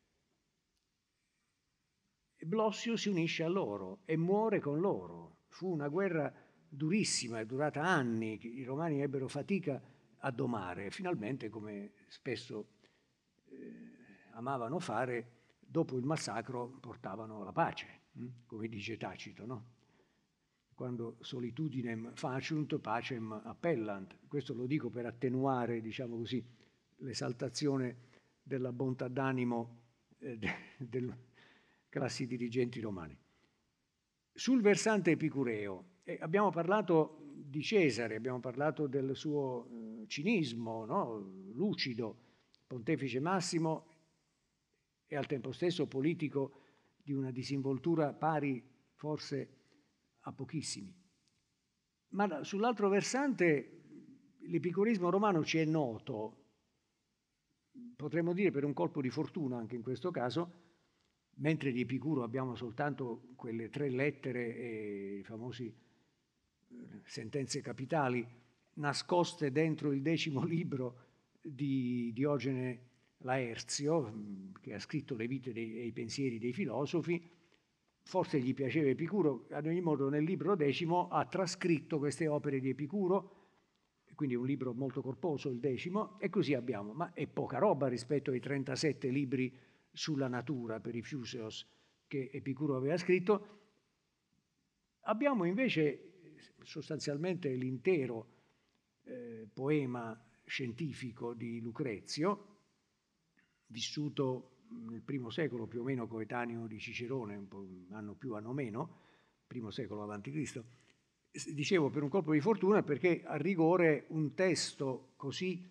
E Blossio si unisce a loro e muore con loro. Fu una guerra durissima, è durata anni, i romani ebbero fatica a domare. Finalmente, come spesso amavano fare, dopo il massacro portavano la pace, come dice Tacito, no? Quando solitudinem faciunt, pacem appellant. Questo lo dico per attenuare, diciamo così, l'esaltazione della bontà d'animo delle classi dirigenti romane. Sul versante epicureo, abbiamo parlato di Cesare, abbiamo parlato del suo cinismo, no? Lucido, pontefice massimo e al tempo stesso politico di una disinvoltura pari forse a pochissimi. Ma sull'altro versante l'epicurismo romano ci è noto, potremmo dire per un colpo di fortuna anche in questo caso, mentre di Epicuro abbiamo soltanto quelle 3 lettere e i famosi sentenze capitali nascoste dentro il 10° libro di Diogene Laerzio, che ha scritto le vite e i pensieri dei filosofi. Forse gli piaceva Epicuro, ad ogni modo nel libro 10° ha trascritto queste opere di Epicuro, quindi è un libro molto corposo il 10°, e così abbiamo, ma è poca roba rispetto ai 37 libri sulla natura per i Fuseos che Epicuro aveva scritto. Abbiamo invece sostanzialmente l'intero poema scientifico di Lucrezio, vissuto nel I secolo, più o meno coetaneo di Cicerone, un anno più, anno meno, I secolo a.C. Dicevo per un colpo di fortuna perché a rigore un testo così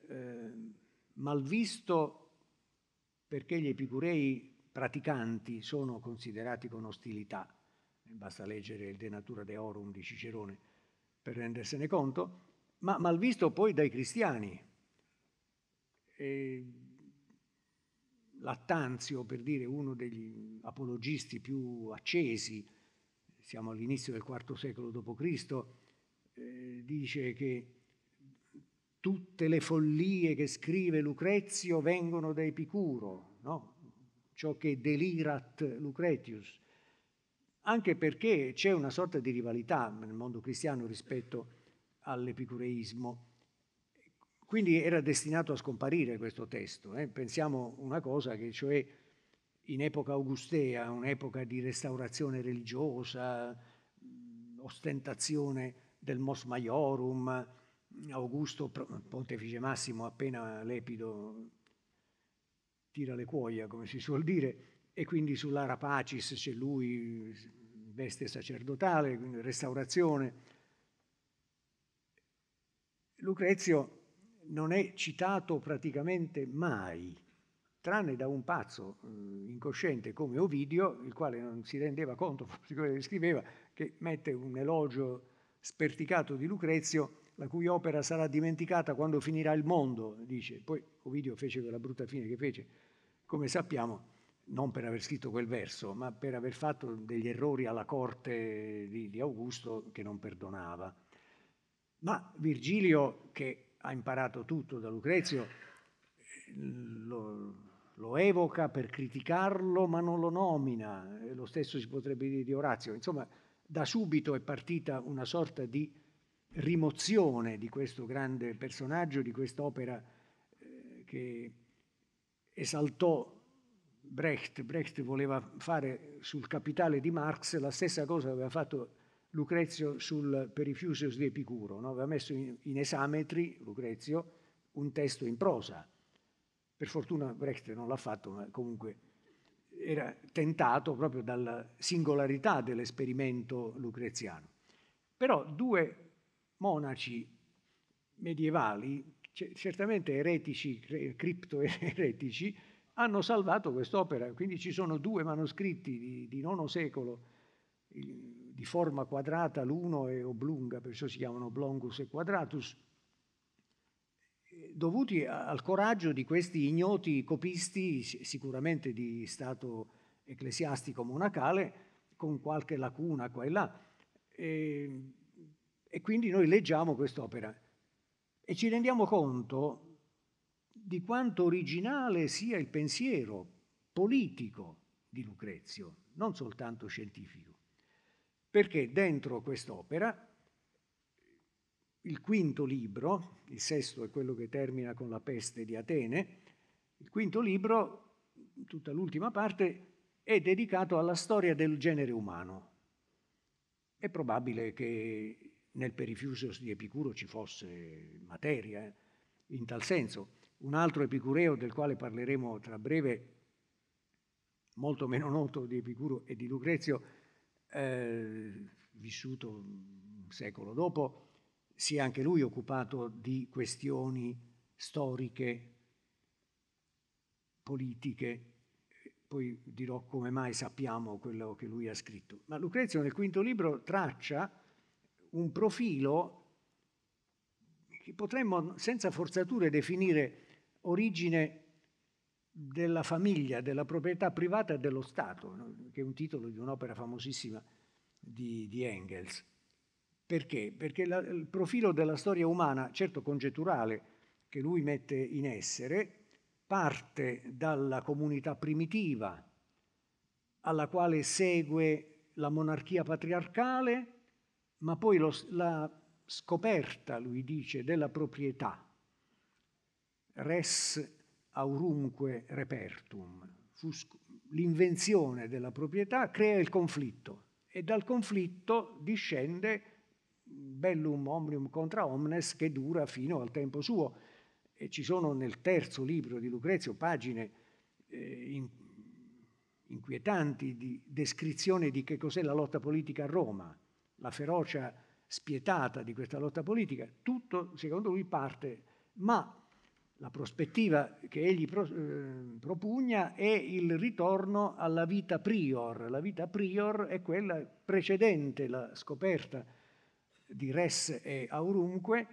malvisto, perché gli epicurei praticanti sono considerati con ostilità, basta leggere il De Natura Deorum di Cicerone per rendersene conto, ma malvisto poi dai cristiani. Lattanzio, per dire uno degli apologisti più accesi, siamo all'inizio del IV secolo d.C., dice che tutte le follie che scrive Lucrezio vengono da Epicuro, no? Ciò che delirat Lucretius, anche perché c'è una sorta di rivalità nel mondo cristiano rispetto all'epicureismo. Quindi era destinato a scomparire questo testo. Pensiamo una cosa, che cioè in epoca augustea, un'epoca di restaurazione religiosa, ostentazione del mos maiorum, Augusto, pontefice massimo, appena Lepido tira le cuoia, come si suol dire, e quindi sull'ara pacis c'è lui, veste sacerdotale, quindi restaurazione. Lucrezio non è citato praticamente mai, tranne da un pazzo incosciente come Ovidio, il quale non si rendeva conto, forse quello che scriveva, che mette un elogio sperticato di Lucrezio, la cui opera sarà dimenticata quando finirà il mondo, dice. Poi Ovidio fece quella brutta fine che fece, come sappiamo, non per aver scritto quel verso, ma per aver fatto degli errori alla corte di Augusto che non perdonava. Ma Virgilio, che ha imparato tutto da Lucrezio, lo evoca per criticarlo, ma non lo nomina. Lo stesso si potrebbe dire di Orazio. Insomma, da subito è partita una sorta di rimozione di questo grande personaggio, di quest'opera che esaltò Brecht. Brecht voleva fare sul Capitale di Marx la stessa cosa che aveva fatto Lucrezio sul Perifusius di Epicuro, no? Aveva messo in esametri, Lucrezio, un testo in prosa. Per fortuna Brecht non l'ha fatto, ma comunque era tentato proprio dalla singolarità dell'esperimento lucreziano. Però due monaci medievali, certamente eretici, cripto-eretici, hanno salvato quest'opera. Quindi ci sono due manoscritti di IX secolo, di forma quadrata l'uno e oblunga, perciò si chiamano oblongus e quadratus, dovuti al coraggio di questi ignoti copisti, sicuramente di stato ecclesiastico monacale, con qualche lacuna qua e là. E quindi noi leggiamo quest'opera e ci rendiamo conto di quanto originale sia il pensiero politico di Lucrezio, non soltanto scientifico. Perché dentro quest'opera, il quinto libro, il sesto è quello che termina con la peste di Atene, il quinto libro, tutta l'ultima parte, è dedicato alla storia del genere umano. È probabile che nel Perifusius di Epicuro ci fosse materia, in tal senso. Un altro epicureo del quale parleremo tra breve, molto meno noto di Epicuro e di Lucrezio, vissuto un secolo dopo, si è anche lui occupato di questioni storiche, politiche. Poi dirò come mai sappiamo quello che lui ha scritto. Ma Lucrezio nel quinto libro traccia un profilo che potremmo senza forzature definire origine della famiglia, della proprietà privata e dello Stato, no? Che è un titolo di un'opera famosissima di Engels. Perché? Perché il profilo della storia umana, certo congetturale, che lui mette in essere, parte dalla comunità primitiva, alla quale segue la monarchia patriarcale, ma poi la scoperta, lui dice, della proprietà, res aurumque repertum, l'invenzione della proprietà crea il conflitto e dal conflitto discende bellum omnium contra omnes che dura fino al tempo suo. E ci sono nel terzo libro di Lucrezio pagine inquietanti di descrizione di che cos'è la lotta politica a Roma, la ferocia spietata di questa lotta politica. Tutto, secondo lui, parte, ma la prospettiva che egli propugna è il ritorno alla vita prior. La vita prior è quella precedente la scoperta di res e aurumque,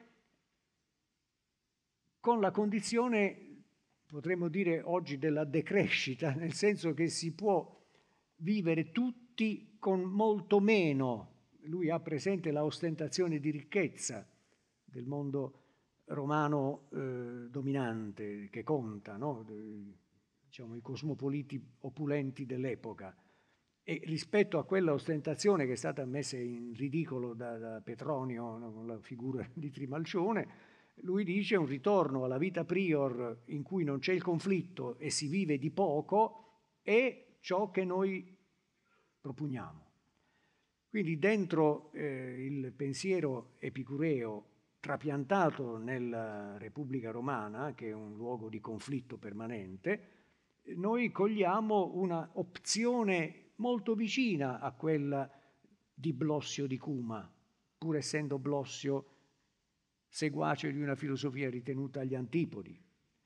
con la condizione, potremmo dire oggi, della decrescita, nel senso che si può vivere tutti con molto meno. Lui ha presente la ostentazione di ricchezza del mondo romano dominante, che conta, no? Diciamo, i cosmopoliti opulenti dell'epoca. E rispetto a quella ostentazione che è stata messa in ridicolo da Petronio, no? Con la figura di Trimalcione, lui dice un ritorno alla vita prior in cui non c'è il conflitto e si vive di poco è ciò che noi propugniamo. Quindi dentro il pensiero epicureo trapiantato nella Repubblica Romana, che è un luogo di conflitto permanente, noi cogliamo una opzione molto vicina a quella di Blossio di Cuma, pur essendo Blossio seguace di una filosofia ritenuta agli antipodi.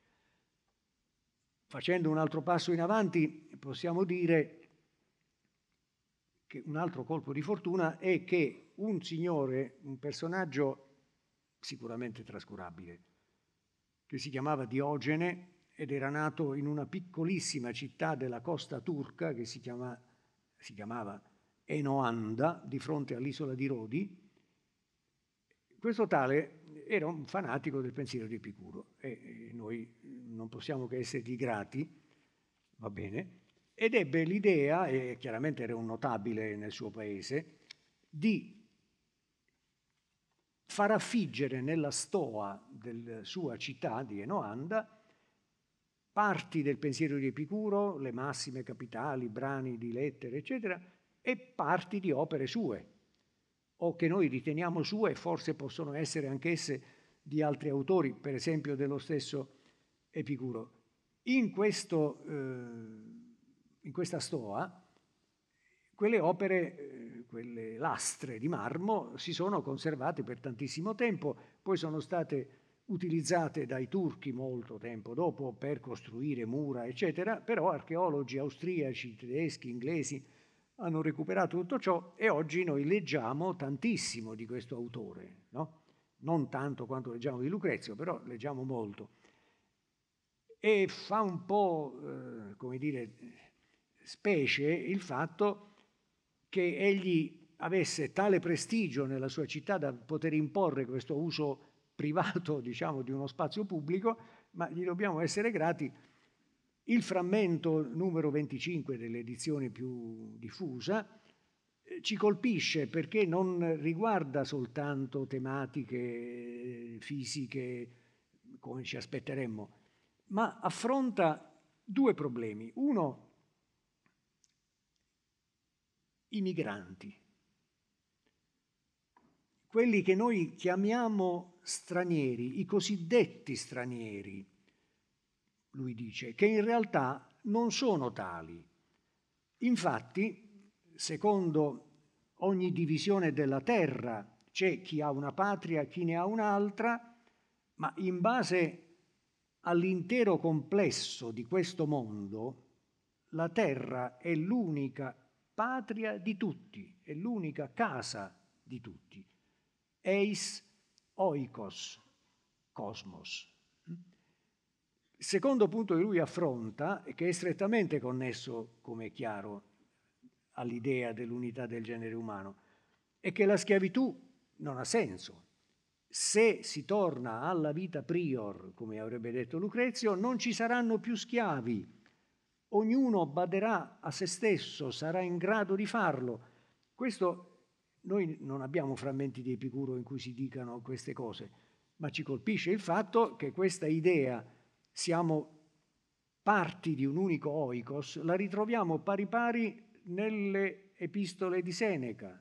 Facendo un altro passo in avanti, possiamo dire che un altro colpo di fortuna è che un signore, un personaggio sicuramente trascurabile, che si chiamava Diogene ed era nato in una piccolissima città della costa turca che si chiamava Enoanda, di fronte all'isola di Rodi. Questo tale era un fanatico del pensiero di Epicuro e noi non possiamo che essergli grati, va bene, ed ebbe l'idea, e chiaramente era un notabile nel suo paese, di far affiggere nella stoa della sua città di Enoanda parti del pensiero di Epicuro, le massime capitali, brani di lettere, eccetera, e parti di opere sue, o che noi riteniamo sue, forse possono essere anch'esse di altri autori, per esempio dello stesso Epicuro. In questa stoa, quelle opere, quelle lastre di marmo, si sono conservate per tantissimo tempo, poi sono state utilizzate dai turchi molto tempo dopo per costruire mura, eccetera, però archeologi austriaci, tedeschi, inglesi hanno recuperato tutto ciò e oggi noi leggiamo tantissimo di questo autore, no? Non tanto quanto leggiamo di Lucrezio, però leggiamo molto. E fa un po', come dire, specie il fatto che egli avesse tale prestigio nella sua città da poter imporre questo uso privato, diciamo, di uno spazio pubblico, ma gli dobbiamo essere grati. Il frammento numero 25 dell'edizione più diffusa ci colpisce perché non riguarda soltanto tematiche fisiche come ci aspetteremmo, ma affronta due problemi. Uno, i migranti, quelli che noi chiamiamo stranieri, i cosiddetti stranieri, lui dice, che in realtà non sono tali. Infatti, secondo ogni divisione della terra, c'è chi ha una patria, chi ne ha un'altra, ma in base all'intero complesso di questo mondo, la terra è l'unica patria di tutti, è l'unica casa di tutti. Eis oikos, cosmos. Il secondo punto che lui affronta, e che è strettamente connesso, come è chiaro, all'idea dell'unità del genere umano, è che la schiavitù non ha senso. Se si torna alla vita prior, come avrebbe detto Lucrezio, non ci saranno più schiavi. Ognuno baderà a se stesso, sarà in grado di farlo. Questo, noi non abbiamo frammenti di Epicuro in cui si dicano queste cose, ma ci colpisce il fatto che questa idea, siamo parti di un unico oikos, la ritroviamo pari pari nelle epistole di Seneca.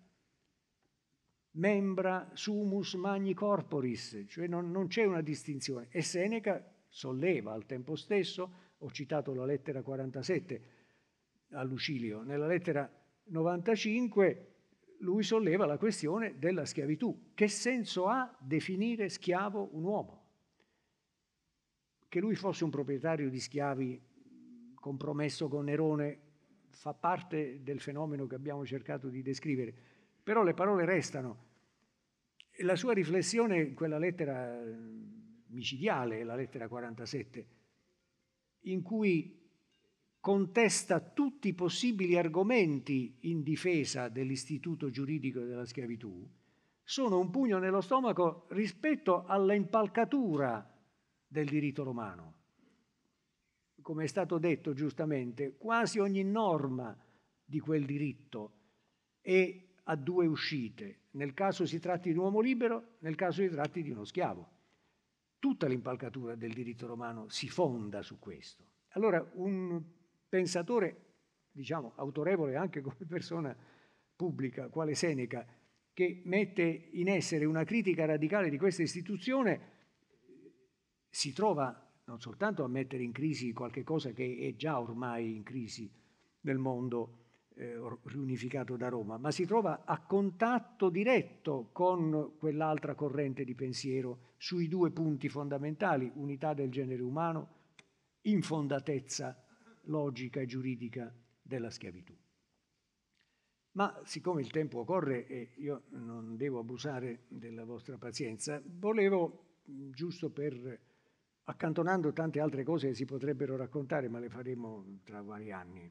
Membra sumus magni corporis, cioè non c'è una distinzione. E Seneca solleva al tempo stesso, ho citato la lettera 47 a Lucilio, nella lettera 95 lui solleva la questione della schiavitù. Che senso ha definire schiavo un uomo? Che lui fosse un proprietario di schiavi compromesso con Nerone fa parte del fenomeno che abbiamo cercato di descrivere, però le parole restano. La sua riflessione in quella lettera micidiale, la lettera 47, in cui contesta tutti i possibili argomenti in difesa dell'istituto giuridico della schiavitù, sono un pugno nello stomaco rispetto alla impalcatura del diritto romano. Come è stato detto giustamente, quasi ogni norma di quel diritto è a due uscite. Nel caso si tratti di un uomo libero, nel caso si tratti di uno schiavo. Tutta l'impalcatura del diritto romano si fonda su questo. Allora un pensatore, diciamo, autorevole anche come persona pubblica, quale Seneca, che mette in essere una critica radicale di questa istituzione, si trova non soltanto a mettere in crisi qualche cosa che è già ormai in crisi nel mondo riunificato da Roma, ma si trova a contatto diretto con quell'altra corrente di pensiero sui due punti fondamentali: unità del genere umano, infondatezza logica e giuridica della schiavitù. Ma siccome il tempo corre e io non devo abusare della vostra pazienza, volevo, giusto per, accantonando tante altre cose che si potrebbero raccontare, ma le faremo tra vari anni,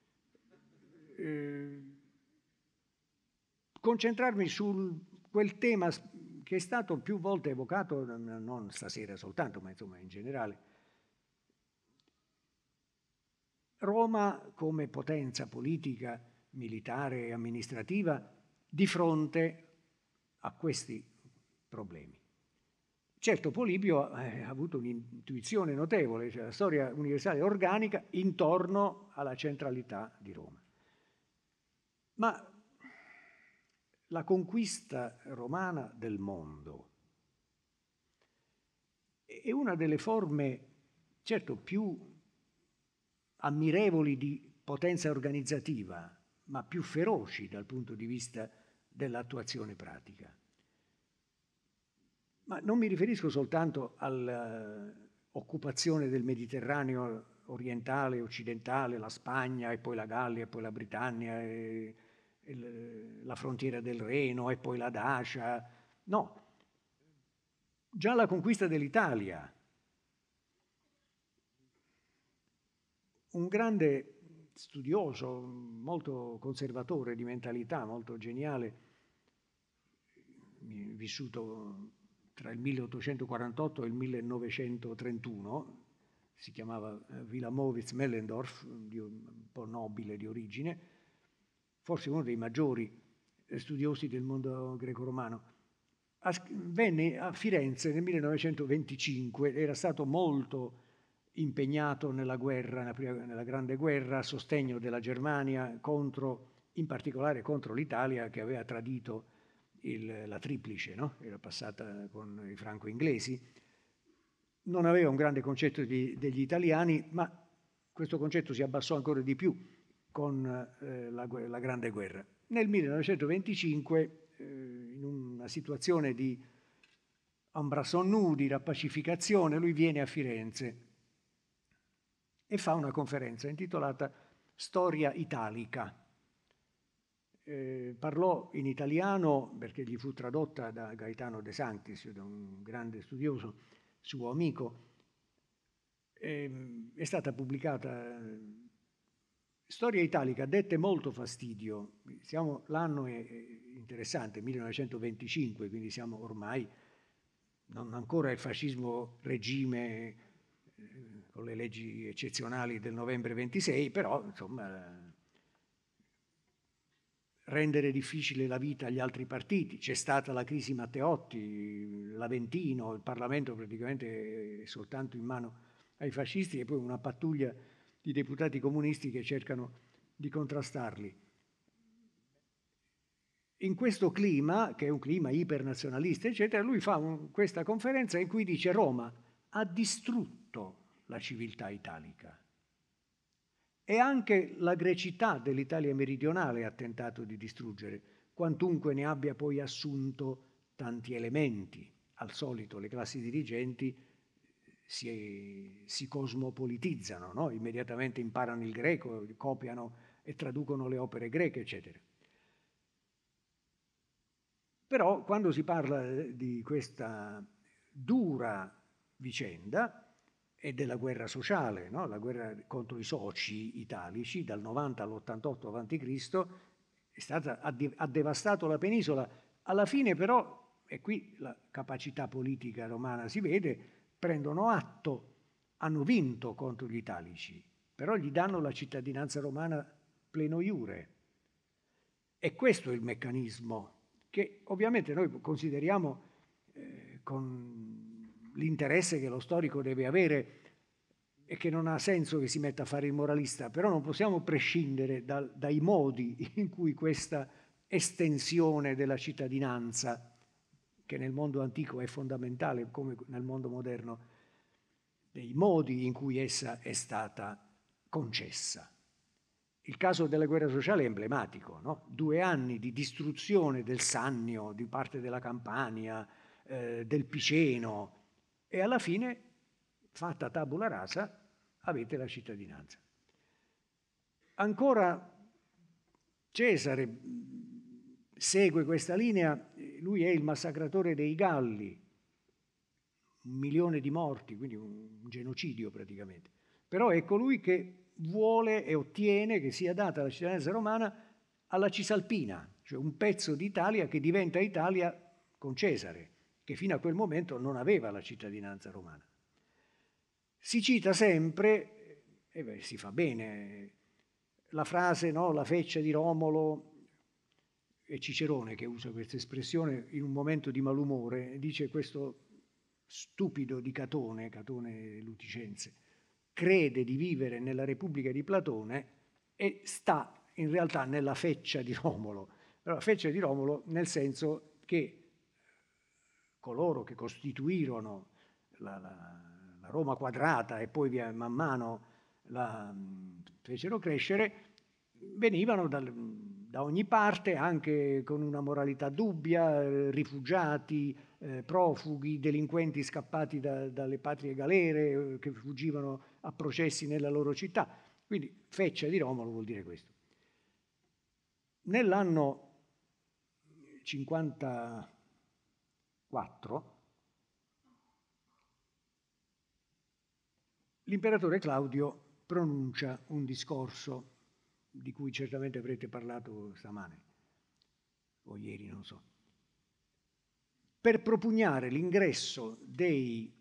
concentrarmi su quel tema che è stato più volte evocato, non stasera soltanto, ma insomma in generale. Roma come potenza politica, militare e amministrativa di fronte a questi problemi. Certo, Polibio ha avuto un'intuizione notevole, cioè la storia universale organica intorno alla centralità di Roma. Ma la conquista romana del mondo è una delle forme, certo, più ammirevoli di potenza organizzativa, ma più feroci dal punto di vista dell'attuazione pratica. Ma non mi riferisco soltanto all'occupazione del Mediterraneo orientale, occidentale, la Spagna e poi la Gallia e poi la Britannia e la frontiera del Reno e poi la Dacia. No, già la conquista dell'Italia. Un grande studioso, molto conservatore di mentalità, molto geniale, vissuto tra il 1848 e il 1931, si chiamava Wilamowitz Mellendorf, un po' nobile di origine, forse uno dei maggiori studiosi del mondo greco-romano. Venne a Firenze nel 1925, era stato molto impegnato nella guerra, nella Grande Guerra, a sostegno della Germania, in particolare contro l'Italia che aveva tradito la Triplice, no? Era passata con i franco-inglesi. Non aveva un grande concetto degli italiani, ma questo concetto si abbassò ancora di più con la Grande Guerra. Nel 1925, in una situazione di embrassons-nous, di rappacificazione, lui viene a Firenze e fa una conferenza intitolata Storia Italica. Parlò in italiano perché gli fu tradotta da Gaetano De Sanctis, da un grande studioso, suo amico. È stata pubblicata. Storia Italica dette molto fastidio. L'anno è interessante, 1925, quindi siamo ormai non ancora il fascismo regime con le leggi eccezionali del novembre 26, però insomma rendere difficile la vita agli altri partiti. C'è stata la crisi Matteotti, l'Aventino, il Parlamento praticamente è soltanto in mano ai fascisti e poi una pattuglia di deputati comunisti che cercano di contrastarli. In questo clima, che è un clima ipernazionalista, eccetera, lui fa questa conferenza in cui dice: Roma ha distrutto la civiltà italica e anche la grecità dell'Italia meridionale ha tentato di distruggere, quantunque ne abbia poi assunto tanti elementi. Al solito le classi dirigenti si cosmopolitizzano, no? Immediatamente imparano il greco, copiano e traducono le opere greche, eccetera. Però quando si parla di questa dura vicenda e della guerra sociale, no? La guerra contro i soci italici dal 90 all'88 a.C., ha devastato la penisola. Alla fine però, e qui la capacità politica romana si vede, prendono atto, hanno vinto contro gli italici, però gli danno la cittadinanza romana pleno iure. E questo è il meccanismo che ovviamente noi consideriamo con l'interesse che lo storico deve avere e che non ha senso che si metta a fare il moralista, però non possiamo prescindere dai modi in cui questa estensione della cittadinanza, che nel mondo antico è fondamentale come nel mondo moderno, dei modi in cui essa è stata concessa. Il caso della guerra sociale è emblematico, no? 2 anni di distruzione del Sannio, di parte della Campania, del Piceno, e alla fine, fatta tabula rasa, avete la cittadinanza. Ancora Cesare segue questa linea, lui è il massacratore dei Galli, 1 milione di morti, quindi un genocidio praticamente. Però è colui che vuole e ottiene che sia data la cittadinanza romana alla Cisalpina, cioè un pezzo d'Italia che diventa Italia con Cesare, che fino a quel momento non aveva la cittadinanza romana. Si cita sempre, e si fa bene, la frase, no, la feccia di Romolo, è Cicerone che usa questa espressione in un momento di malumore, dice questo stupido di Catone, Catone Luticense, crede di vivere nella Repubblica di Platone e sta in realtà nella feccia di Romolo. Però la feccia di Romolo nel senso che coloro che costituirono la Roma quadrata e poi man mano la fecero crescere, venivano da ogni parte, anche con una moralità dubbia, rifugiati, profughi, delinquenti scappati dalle patrie galere, che fuggivano a processi nella loro città. Quindi feccia di Romolo vuol dire questo. Nell'anno 54 l'imperatore Claudio pronuncia un discorso di cui certamente avrete parlato stamane, o ieri, non so, per propugnare l'ingresso dei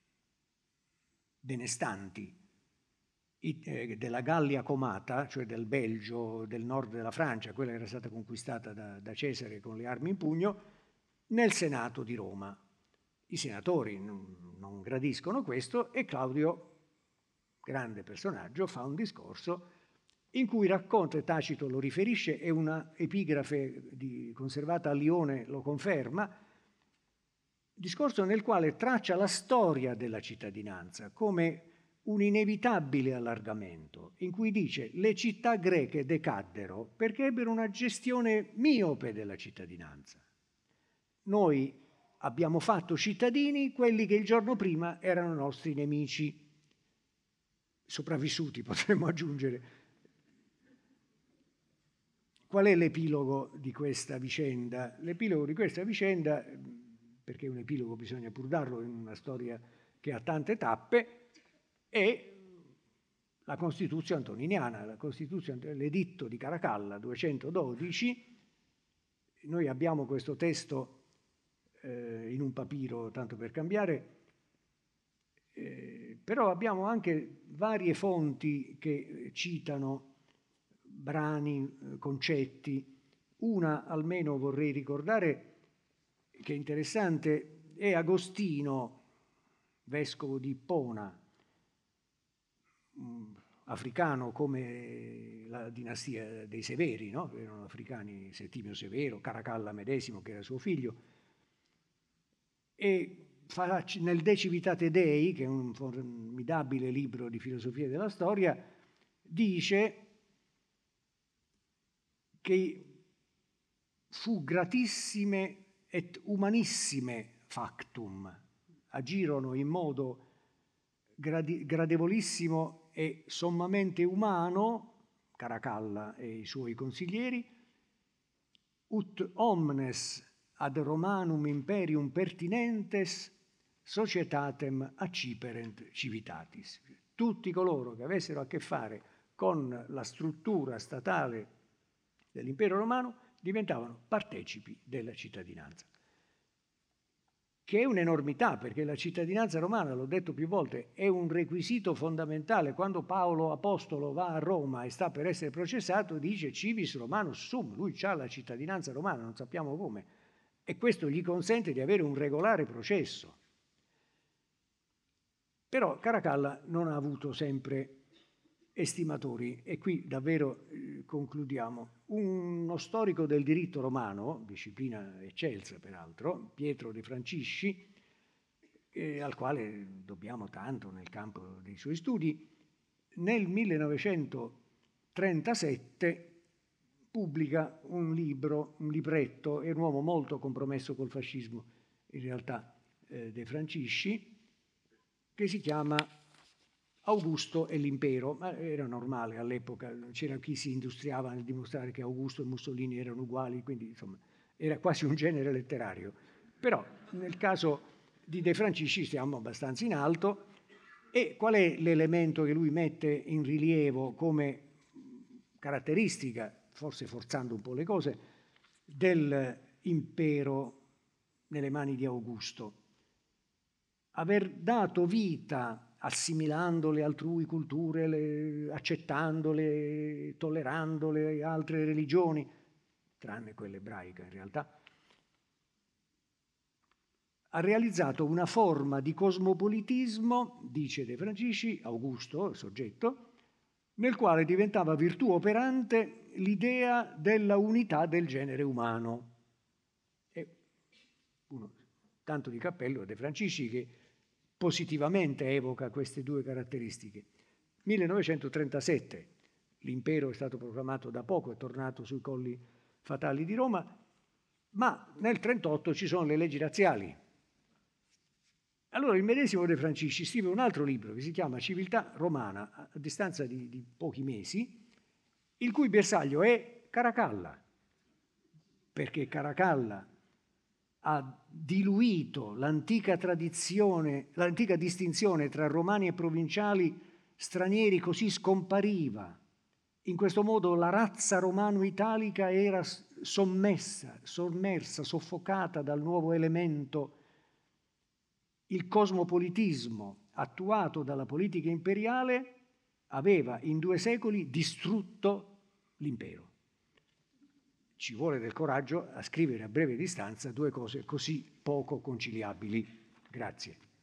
benestanti della Gallia Comata, cioè del Belgio, del nord della Francia, quella che era stata conquistata da Cesare con le armi in pugno, nel Senato di Roma. I senatori non gradiscono questo e Claudio, grande personaggio, fa un discorso in cui racconta, e Tacito lo riferisce, e una epigrafe conservata a Lione lo conferma, discorso nel quale traccia la storia della cittadinanza come un inevitabile allargamento, in cui dice le città greche decaddero perché ebbero una gestione miope della cittadinanza. Noi abbiamo fatto cittadini quelli che il giorno prima erano nostri nemici, sopravvissuti potremmo aggiungere. Qual è l'epilogo di questa vicenda? L'epilogo di questa vicenda, perché un epilogo bisogna pur darlo in una storia che ha tante tappe, è la Costituzione antoniniana, l'editto di Caracalla 212. Noi abbiamo questo testo in un papiro, tanto per cambiare, però abbiamo anche varie fonti che citano brani, concetti. Una almeno vorrei ricordare, che è interessante, è Agostino, vescovo di Ippona, africano come la dinastia dei Severi, no? Erano africani, Settimio Severo, Caracalla medesimo, che era suo figlio, e nel De Civitate Dei, che è un formidabile libro di filosofia della storia, dice che fu gratissime et umanissime factum, agirono in modo gradevolissimo e sommamente umano, Caracalla e i suoi consiglieri, ut omnes ad Romanum imperium pertinentes societatem acciperent civitatis. Tutti coloro che avessero a che fare con la struttura statale dell'impero romano diventavano partecipi della cittadinanza, che è un'enormità, perché la cittadinanza romana, l'ho detto più volte, è un requisito fondamentale. Quando Paolo Apostolo va a Roma e sta per essere processato, dice civis Romanus sum, lui ha la cittadinanza romana, non sappiamo come, e questo gli consente di avere un regolare processo. Però Caracalla non ha avuto sempre estimatori, e qui davvero concludiamo. Uno storico del diritto romano, disciplina eccelsa peraltro, Pietro De Francisci, al quale dobbiamo tanto nel campo dei suoi studi, nel 1900 1937 pubblica un libro, un libretto, è un uomo molto compromesso col fascismo, in realtà, De Francisci, che si chiama Augusto e l'impero, ma era normale all'epoca, c'era chi si industriava nel dimostrare che Augusto e Mussolini erano uguali, quindi insomma era quasi un genere letterario. Però nel caso di De Francisci stiamo abbastanza in alto. E qual è l'elemento che lui mette in rilievo come caratteristica, forse forzando un po' le cose, dell'impero nelle mani di Augusto? Aver dato vita, assimilando le altrui culture, accettandole, tollerandole, altre religioni, tranne quella ebraica in realtà, ha realizzato una forma di cosmopolitismo, dice De Francisci, Augusto, il soggetto, nel quale diventava virtù operante l'idea della unità del genere umano. E uno, tanto di cappello a De Francisci, che positivamente evoca queste due caratteristiche. 1937, l'impero è stato proclamato da poco, è tornato sui colli fatali di Roma, ma nel 1938 ci sono le leggi razziali. Allora il medesimo De Francisci scrive un altro libro che si chiama Civiltà Romana, a distanza di pochi mesi, il cui bersaglio è Caracalla, perché Caracalla ha diluito l'antica tradizione, l'antica distinzione tra romani e provinciali stranieri, così scompariva. In questo modo la razza romano-italica era sommersa, soffocata dal nuovo elemento. Il cosmopolitismo attuato dalla politica imperiale aveva in 2 secoli distrutto l'impero. Ci vuole del coraggio a scrivere a breve distanza 2 cose così poco conciliabili. Grazie.